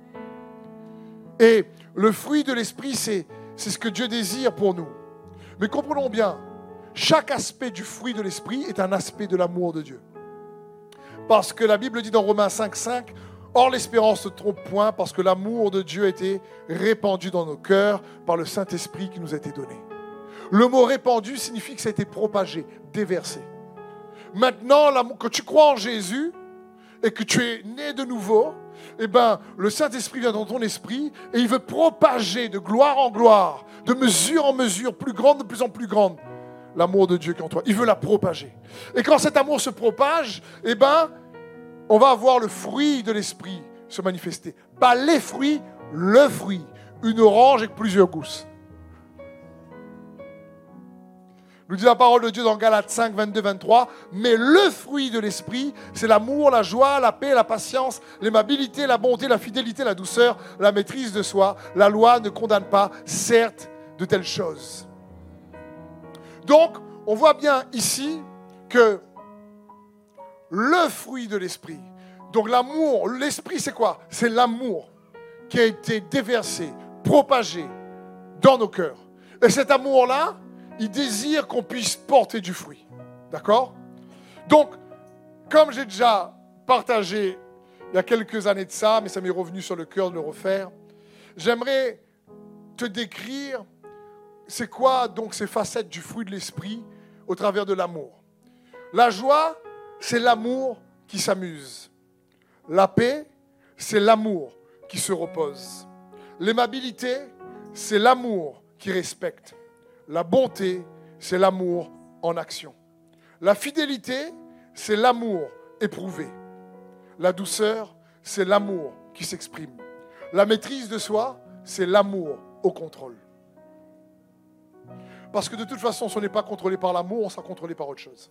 Et le fruit de l'esprit, c'est, c'est ce que Dieu désire pour nous. Mais comprenons bien, chaque aspect du fruit de l'esprit est un aspect de l'amour de Dieu. Parce que la Bible dit dans Romains cinq, cinq, « Or l'espérance ne trompe point, parce que l'amour de Dieu a été répandu dans nos cœurs par le Saint-Esprit qui nous a été donné. » Le mot « répandu » signifie que ça a été propagé, déversé. Maintenant, quand tu crois en Jésus et que tu es né de nouveau, eh ben, le Saint-Esprit vient dans ton esprit et il veut propager de gloire en gloire, de mesure en mesure, plus grande, de plus en plus grande, l'amour de Dieu qui est en toi. Il veut la propager. Et quand cet amour se propage, eh ben, on va avoir le fruit de l'esprit se manifester. Pas les fruits, le fruit. Une orange avec plusieurs gousses. Nous dit la parole de Dieu dans Galates cinq, vingt-deux, vingt-trois. Mais le fruit de l'esprit, c'est l'amour, la joie, la paix, la patience, l'aimabilité, la bonté, la fidélité, la douceur, la maîtrise de soi. La loi ne condamne pas, certes, de telles choses. Donc, on voit bien ici que le fruit de l'esprit, donc l'amour, l'esprit c'est quoi ? C'est l'amour qui a été déversé, propagé dans nos cœurs. Et cet amour-là, il désire qu'on puisse porter du fruit. D'accord ? Donc, comme j'ai déjà partagé il y a quelques années de ça, mais ça m'est revenu sur le cœur de le refaire, j'aimerais te décrire c'est quoi donc ces facettes du fruit de l'esprit au travers de l'amour. La joie, c'est l'amour qui s'amuse. La paix, c'est l'amour qui se repose. L'aimabilité, c'est l'amour qui respecte. La bonté, c'est l'amour en action. La fidélité, c'est l'amour éprouvé. La douceur, c'est l'amour qui s'exprime. La maîtrise de soi, c'est l'amour au contrôle. Parce que de toute façon, si on n'est pas contrôlé par l'amour, on sera contrôlé par autre chose.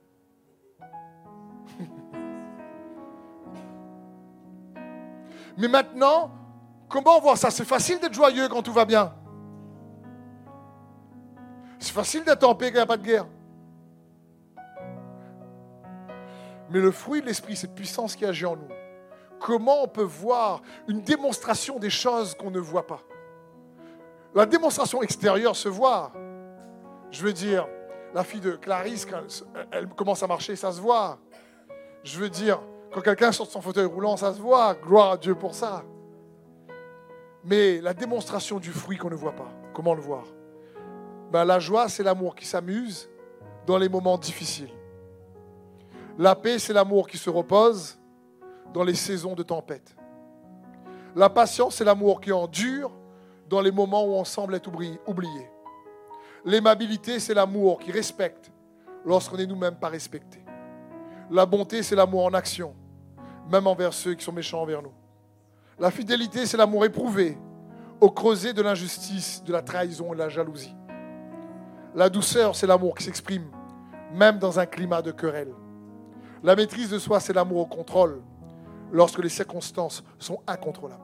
Mais maintenant, comment voir ça ? C'est facile d'être joyeux quand tout va bien. C'est facile d'être en paix quand il n'y a pas de guerre. Mais le fruit de l'esprit, cette puissance qui agit en nous. Comment on peut voir une démonstration des choses qu'on ne voit pas? La démonstration extérieure se voit. Je veux dire, la fille de Clarisse, quand elle, elle commence à marcher, ça se voit. Je veux dire, quand quelqu'un sort de son fauteuil roulant, ça se voit. Gloire à Dieu pour ça. Mais la démonstration du fruit qu'on ne voit pas, comment le voir? Ben, la joie, c'est l'amour qui s'amuse dans les moments difficiles. La paix, c'est l'amour qui se repose dans les saisons de tempête. La patience, c'est l'amour qui endure dans les moments où on semble être oublié. L'aimabilité, c'est l'amour qui respecte lorsqu'on n'est nous-mêmes pas respectés. La bonté, c'est l'amour en action, même envers ceux qui sont méchants envers nous. La fidélité, c'est l'amour éprouvé au creuset de l'injustice, de la trahison et de la jalousie. La douceur, c'est l'amour qui s'exprime, même dans un climat de querelle. La maîtrise de soi, c'est l'amour au contrôle, lorsque les circonstances sont incontrôlables.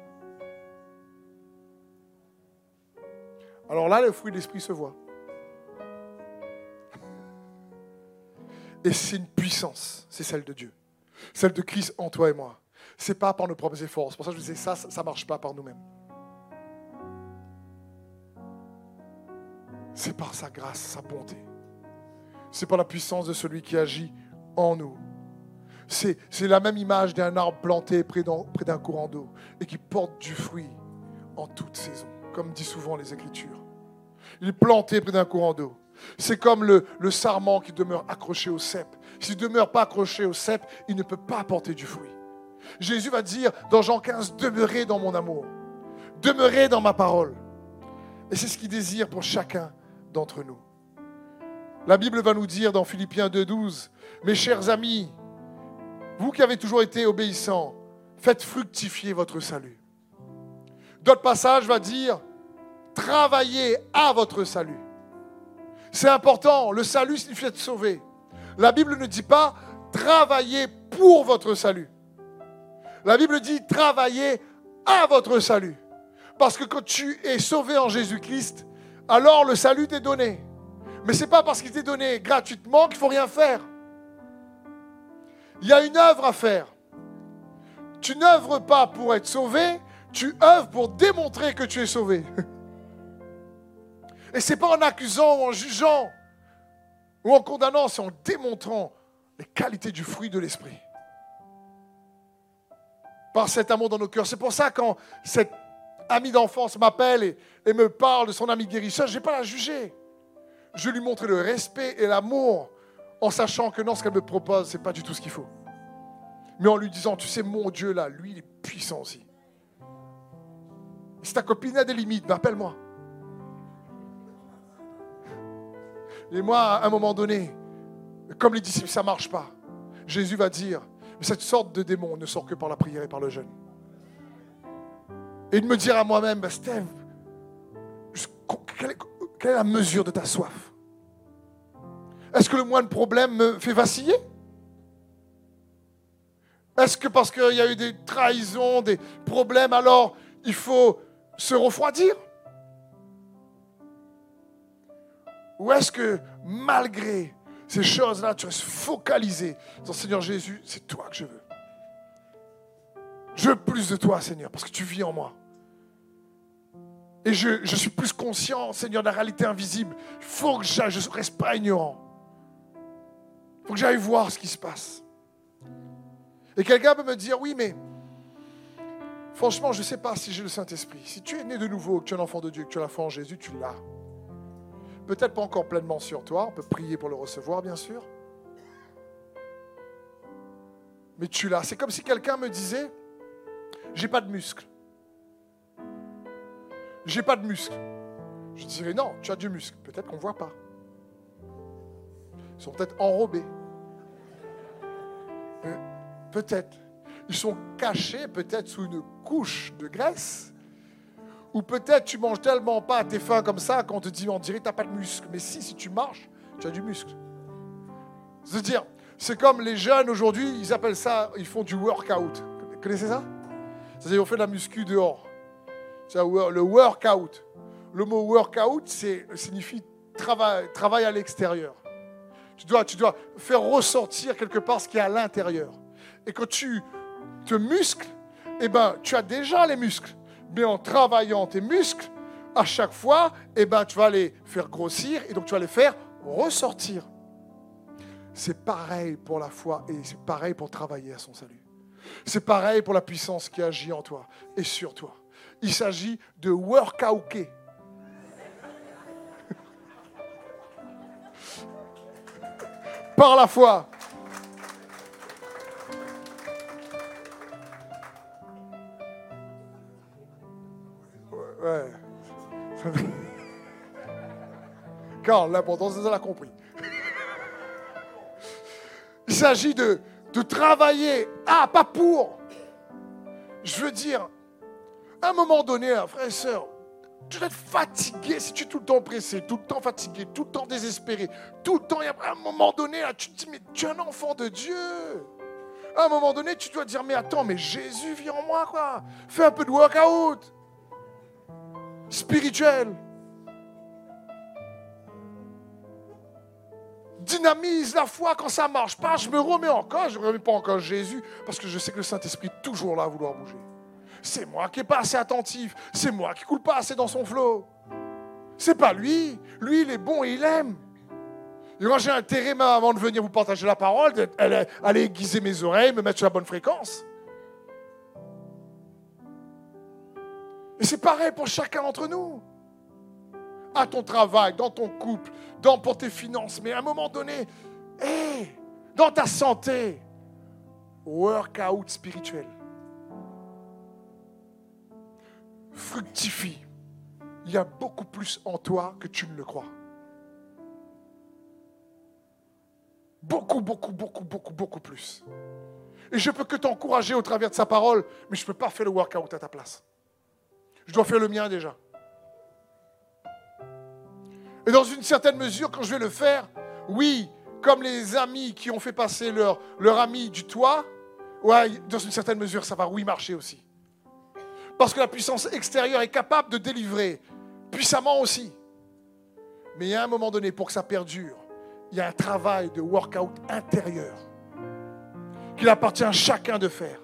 Alors là, le fruit de l'esprit se voit. Et c'est une puissance, c'est celle de Dieu. Celle de Christ en toi et moi. Ce n'est pas par nos propres efforts. C'est pour ça que je disais ça, ça ne marche pas par nous-mêmes. C'est par sa grâce, sa bonté. C'est par la puissance de celui qui agit en nous. C'est, c'est la même image d'un arbre planté près d'un, près d'un courant d'eau et qui porte du fruit en toute saison, comme dit souvent les Écritures. Il est planté près d'un courant d'eau. C'est comme le, le sarment qui demeure accroché au cep. S'il ne demeure pas accroché au cep, il ne peut pas apporter du fruit. Jésus va dire dans Jean quinze, demeurez dans mon amour, demeurez dans ma parole. Et c'est ce qu'il désire pour chacun d'entre nous. La Bible va nous dire dans Philippiens deux douze, mes chers amis, vous qui avez toujours été obéissants, faites fructifier votre salut. D'autres passages va dire, travaillez à votre salut. C'est important, le salut signifie être sauvé. La Bible ne dit pas, travaillez pour votre salut. La Bible dit, travaillez à votre salut. Parce que quand tu es sauvé en Jésus-Christ, alors le salut t'est donné. Mais ce n'est pas parce qu'il t'est donné gratuitement qu'il ne faut rien faire. Il y a une œuvre à faire. Tu n'œuvres pas pour être sauvé, tu œuvres pour démontrer que tu es sauvé. Et ce n'est pas en accusant ou en jugeant ou en condamnant, c'est en démontrant les qualités du fruit de l'esprit. Par cet amour dans nos cœurs. C'est pour ça quand cette amie d'enfance m'appelle et, et me parle de son ami guérisseur, je n'ai pas à la juger. Je lui montre le respect et l'amour en sachant que non, ce qu'elle me propose, ce n'est pas du tout ce qu'il faut. Mais en lui disant, tu sais, mon Dieu là, lui, il est puissant aussi. Si ta copine a des limites, ben appelle-moi. Et moi, à un moment donné, comme les disciples, ça ne marche pas. Jésus va dire, mais cette sorte de démon ne sort que par la prière et par le jeûne. Et de me dire à moi-même, ben Steve, quelle est, quelle est la mesure de ta soif? Est-ce que le moindre problème me fait vaciller? Est-ce que parce qu'il y a eu des trahisons, des problèmes, alors il faut se refroidir? Ou est-ce que malgré ces choses-là, tu restes focalisé sur Seigneur Jésus, c'est toi que je veux. Je veux plus de toi, Seigneur, parce que tu vis en moi. Et je, je suis plus conscient, Seigneur, de la réalité invisible. Il faut que j'aille, je ne reste pas ignorant. Il faut que j'aille voir ce qui se passe. Et quelqu'un peut me dire, oui, mais franchement, je ne sais pas si j'ai le Saint-Esprit. Si tu es né de nouveau, que tu es un enfant de Dieu, que tu es un enfant en Jésus, tu l'as. Peut-être pas encore pleinement sur toi, on peut prier pour le recevoir, bien sûr. Mais tu l'as. C'est comme si quelqu'un me disait, j'ai pas de muscles. J'ai pas de muscles. Je dirais, non, tu as du muscle. Peut-être qu'on ne voit pas. Ils sont peut-être enrobés. Euh, peut-être. Ils sont cachés peut-être sous une couche de graisse. Ou peut-être tu manges tellement pas à tes fins comme ça qu'on te dit, on dirait que tu n'as pas de muscle. Mais si, si tu marches, tu as du muscle. C'est-à-dire, c'est comme les jeunes aujourd'hui, ils appellent ça, ils font du workout. Vous connaissez ça? C'est-à-dire, on fait de la muscu dehors. C'est le workout. Le mot workout, c'est, signifie travail, travail à l'extérieur. Tu dois, tu dois faire ressortir quelque part ce qui est à l'intérieur. Et quand tu te muscles, eh ben, tu as déjà les muscles. Mais en travaillant tes muscles, à chaque fois, eh ben, tu vas les faire grossir et donc tu vas les faire ressortir. C'est pareil pour la foi et c'est pareil pour travailler à son salut. C'est pareil pour la puissance qui agit en toi et sur toi. Il s'agit de workouter. Par la foi. Ouais. Car l'important, c'est ça, l'a compris. Il s'agit de, de travailler. Ah, pas pour. Je veux dire, à un moment donné, hein, frère et sœur, tu dois être fatigué si tu es tout le temps pressé, tout le temps fatigué, tout le temps désespéré, tout le temps. À un moment donné, là, tu te dis, mais tu es un enfant de Dieu. À un moment donné, tu dois dire, mais attends, mais Jésus vit en moi, quoi. Fais un peu de workout spirituel. Dynamise la foi quand ça ne marche pas. Je me remets encore, je ne remets pas encore Jésus, parce que je sais que le Saint-Esprit est toujours là à vouloir bouger. C'est moi qui n'ai pas assez attentif. C'est moi qui ne coule pas assez dans son flot. C'est pas lui. Lui, il est bon et il aime. Et moi, j'ai intérêt, même avant de venir vous partager la parole, d'aller aiguiser mes oreilles, me mettre sur la bonne fréquence. Et c'est pareil pour chacun d'entre nous. À ton travail, dans ton couple, dans, pour tes finances. Mais à un moment donné, hey, dans ta santé, workout spirituel. Fructifie. Il y a beaucoup plus en toi que tu ne le crois. Beaucoup, beaucoup, beaucoup, beaucoup, beaucoup plus. Et je peux que t'encourager au travers de sa parole, mais je ne peux pas faire le workout à ta place. Je dois faire le mien déjà. Et dans une certaine mesure, quand je vais le faire, oui, comme les amis qui ont fait passer leur, leur ami du toit, ouais, dans une certaine mesure, ça va oui marcher aussi. Parce que la puissance extérieure est capable de délivrer puissamment aussi. Mais il y a un moment donné, pour que ça perdure, il y a un travail de workout intérieur qu'il appartient à chacun de faire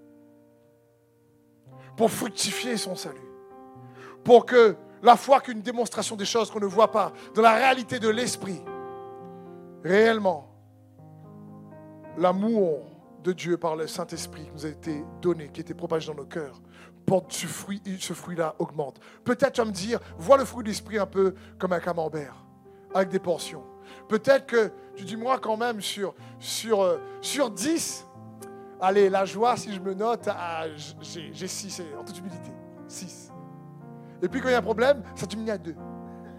pour fructifier son salut. Pour que la foi qu'une démonstration des choses qu'on ne voit pas, dans la réalité de l'esprit, réellement, l'amour de Dieu par le Saint-Esprit qui nous a été donné, qui a été propagé dans nos cœurs, porte ce fruit, ce fruit-là augmente. Peut-être tu vas me dire, vois le fruit de l'esprit un peu comme un camembert, avec des portions. Peut-être que tu dis, moi quand même, sur, sur, euh, sur dix, allez, la joie, si je me note, à, j'ai, j'ai six, en toute humilité, six. Et puis quand il y a un problème, ça diminue à deux.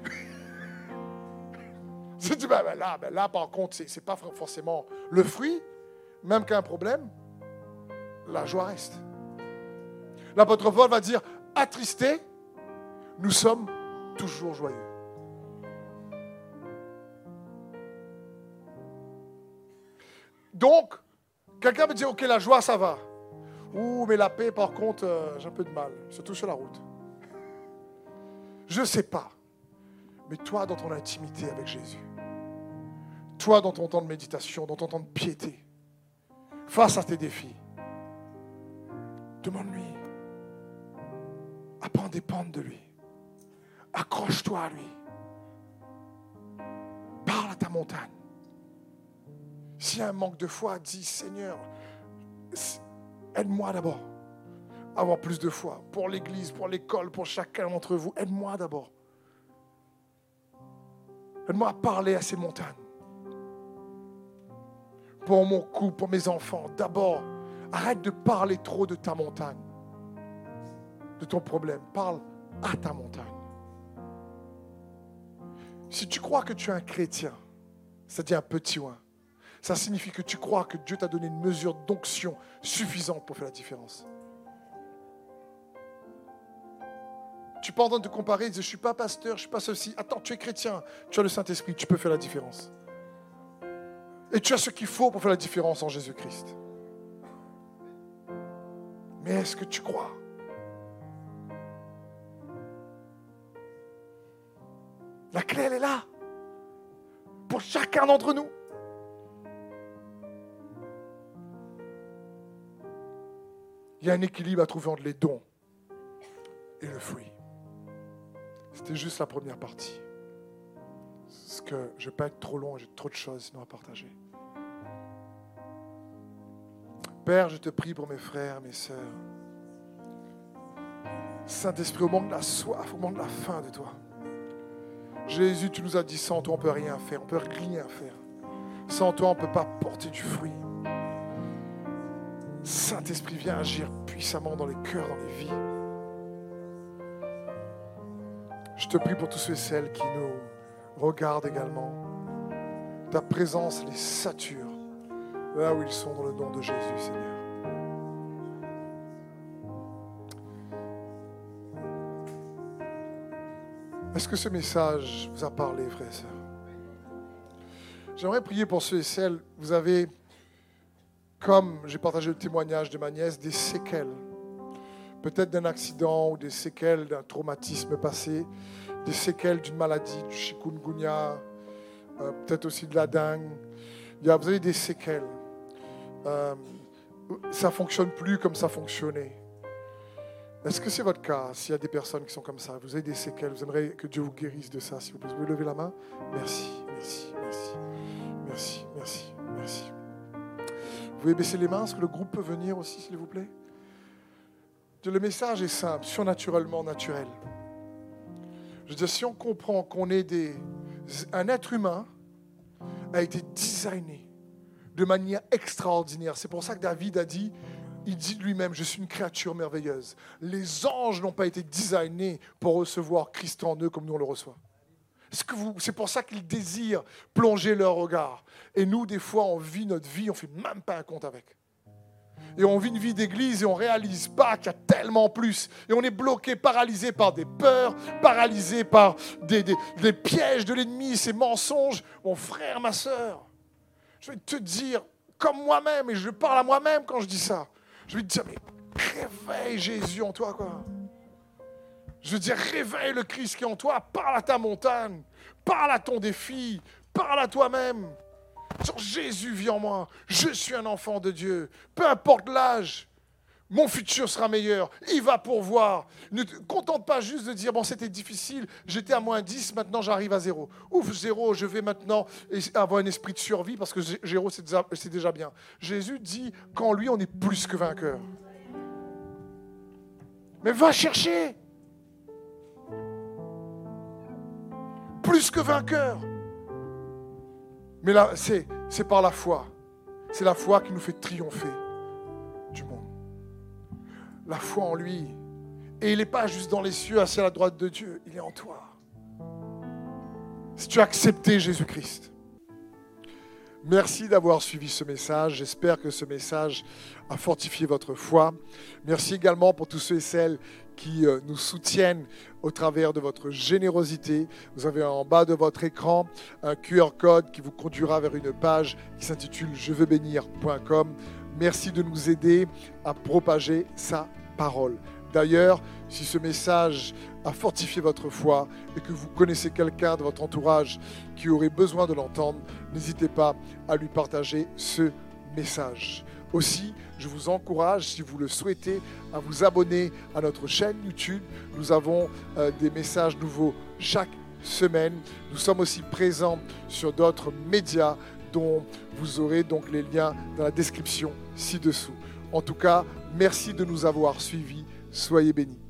Tu dis, ben, ben là, ben là, par contre, ce n'est pas forcément le fruit, même qu'un problème, la joie reste. L'apôtre Paul va dire, attristés, nous sommes toujours joyeux. Donc, quelqu'un me dit, ok, la joie, ça va. Ouh, mais la paix, par contre, euh, j'ai un peu de mal, surtout sur la route. Je ne sais pas. Mais toi, dans ton intimité avec Jésus, toi, dans ton temps de méditation, dans ton temps de piété, face à tes défis, demande-lui. Apprends à dépendre de lui. Accroche-toi à lui. Parle à ta montagne. S'il y a un manque de foi, dis, Seigneur, aide-moi d'abord à avoir plus de foi. Pour l'église, pour l'école, pour chacun d'entre vous, aide-moi d'abord. Aide-moi à parler à ces montagnes. Pour mon couple, pour mes enfants, d'abord, arrête de parler trop de ta montagne, de ton problème. Parle à ta montagne. Si tu crois que tu es un chrétien, c'est-à-dire un petit oin, ça signifie que tu crois que Dieu t'a donné une mesure d'onction suffisante pour faire la différence. Tu n'es pas en train de te comparer et de dire, je ne suis pas pasteur, je ne suis pas ceci. Attends, tu es chrétien, tu as le Saint-Esprit, tu peux faire la différence. Et tu as ce qu'il faut pour faire la différence en Jésus-Christ. Mais est-ce que tu crois? La clé, elle est là. Pour chacun d'entre nous. Il y a un équilibre à trouver entre les dons et le fruit. C'était juste la première partie. Parce que je ne vais pas être trop long, j'ai trop de choses sinon à partager. Père, je te prie pour mes frères, mes sœurs. Saint-Esprit, au moment de la soif, au moment de la faim de toi. Jésus, tu nous as dit, sans toi, on ne peut rien faire, on ne peut rien faire. Sans toi, on ne peut pas porter du fruit. Saint-Esprit, viens agir puissamment dans les cœurs, dans les vies. Je te prie pour tous ceux et celles qui nous regardent également. Ta présence les sature là où ils sont dans le nom de Jésus, Seigneur. Est-ce que ce message vous a parlé, frères et sœurs? J'aimerais prier pour ceux et celles, vous avez, comme j'ai partagé le témoignage de ma nièce, des séquelles. Peut-être d'un accident ou des séquelles d'un traumatisme passé, des séquelles d'une maladie, du chikungunya, euh, peut-être aussi de la dengue. Il y a, vous avez des séquelles. Euh, ça ne fonctionne plus comme ça fonctionnait. Est-ce que c'est votre cas? S'il y a des personnes qui sont comme ça, vous avez des séquelles, vous aimeriez que Dieu vous guérisse de ça, s'il vous plaît. Vous pouvez lever la main? Merci, merci, merci, merci, merci, merci. Vous pouvez baisser les mains? Est-ce que le groupe peut venir aussi, s'il vous plaît? Le message est simple, surnaturellement naturel. Je veux dire, si on comprend qu'on est des... Un être humain a été designé de manière extraordinaire. C'est pour ça que David a dit, il dit lui-même, je suis une créature merveilleuse. Les anges n'ont pas été designés pour recevoir Christ en eux comme nous on le reçoit. Est-ce que vous... C'est pour ça qu'ils désirent plonger leur regard. Et nous, des fois, on vit notre vie, on ne fait même pas un compte avec. Et on vit une vie d'église et on ne réalise pas qu'il y a tellement plus. Et on est bloqué, paralysé par des peurs, paralysé par des, des, des pièges de l'ennemi, ces mensonges. Mon frère, ma sœur, je vais te dire, comme moi-même, et je parle à moi-même quand je dis ça, je vais te dire, mais réveille Jésus en toi, quoi. Je veux dire, réveille le Christ qui est en toi, parle à ta montagne, parle à ton défi, parle à toi-même. Jésus vit en moi, je suis un enfant de Dieu, peu importe l'âge, mon futur sera meilleur, il va pourvoir. Ne te contente pas juste de dire, bon c'était difficile, j'étais à moins dix, maintenant j'arrive à zéro. Ouf, zéro, je vais maintenant avoir un esprit de survie parce que zéro c'est déjà, c'est déjà bien. Jésus dit qu'en lui on est plus que vainqueur. Mais va chercher. Plus que vainqueur. Mais là, c'est, c'est par la foi. C'est la foi qui nous fait triompher du monde. La foi en lui. Et il n'est pas juste dans les cieux, assis à la droite de Dieu. Il est en toi. Si tu as accepté Jésus-Christ. Merci d'avoir suivi ce message. J'espère que ce message a fortifié votre foi. Merci également pour tous ceux et celles qui nous soutiennent au travers de votre générosité. Vous avez en bas de votre écran un Q R code qui vous conduira vers une page qui s'intitule je veux bénir point com. Merci de nous aider à propager sa parole. D'ailleurs, si ce message a fortifié votre foi et que vous connaissez quelqu'un de votre entourage qui aurait besoin de l'entendre, n'hésitez pas à lui partager ce message. Aussi, je vous encourage, si vous le souhaitez, à vous abonner à notre chaîne YouTube. Nous avons euh, des messages nouveaux chaque semaine. Nous sommes aussi présents sur d'autres médias dont vous aurez donc les liens dans la description ci-dessous. En tout cas, merci de nous avoir suivis. Soyez bénis.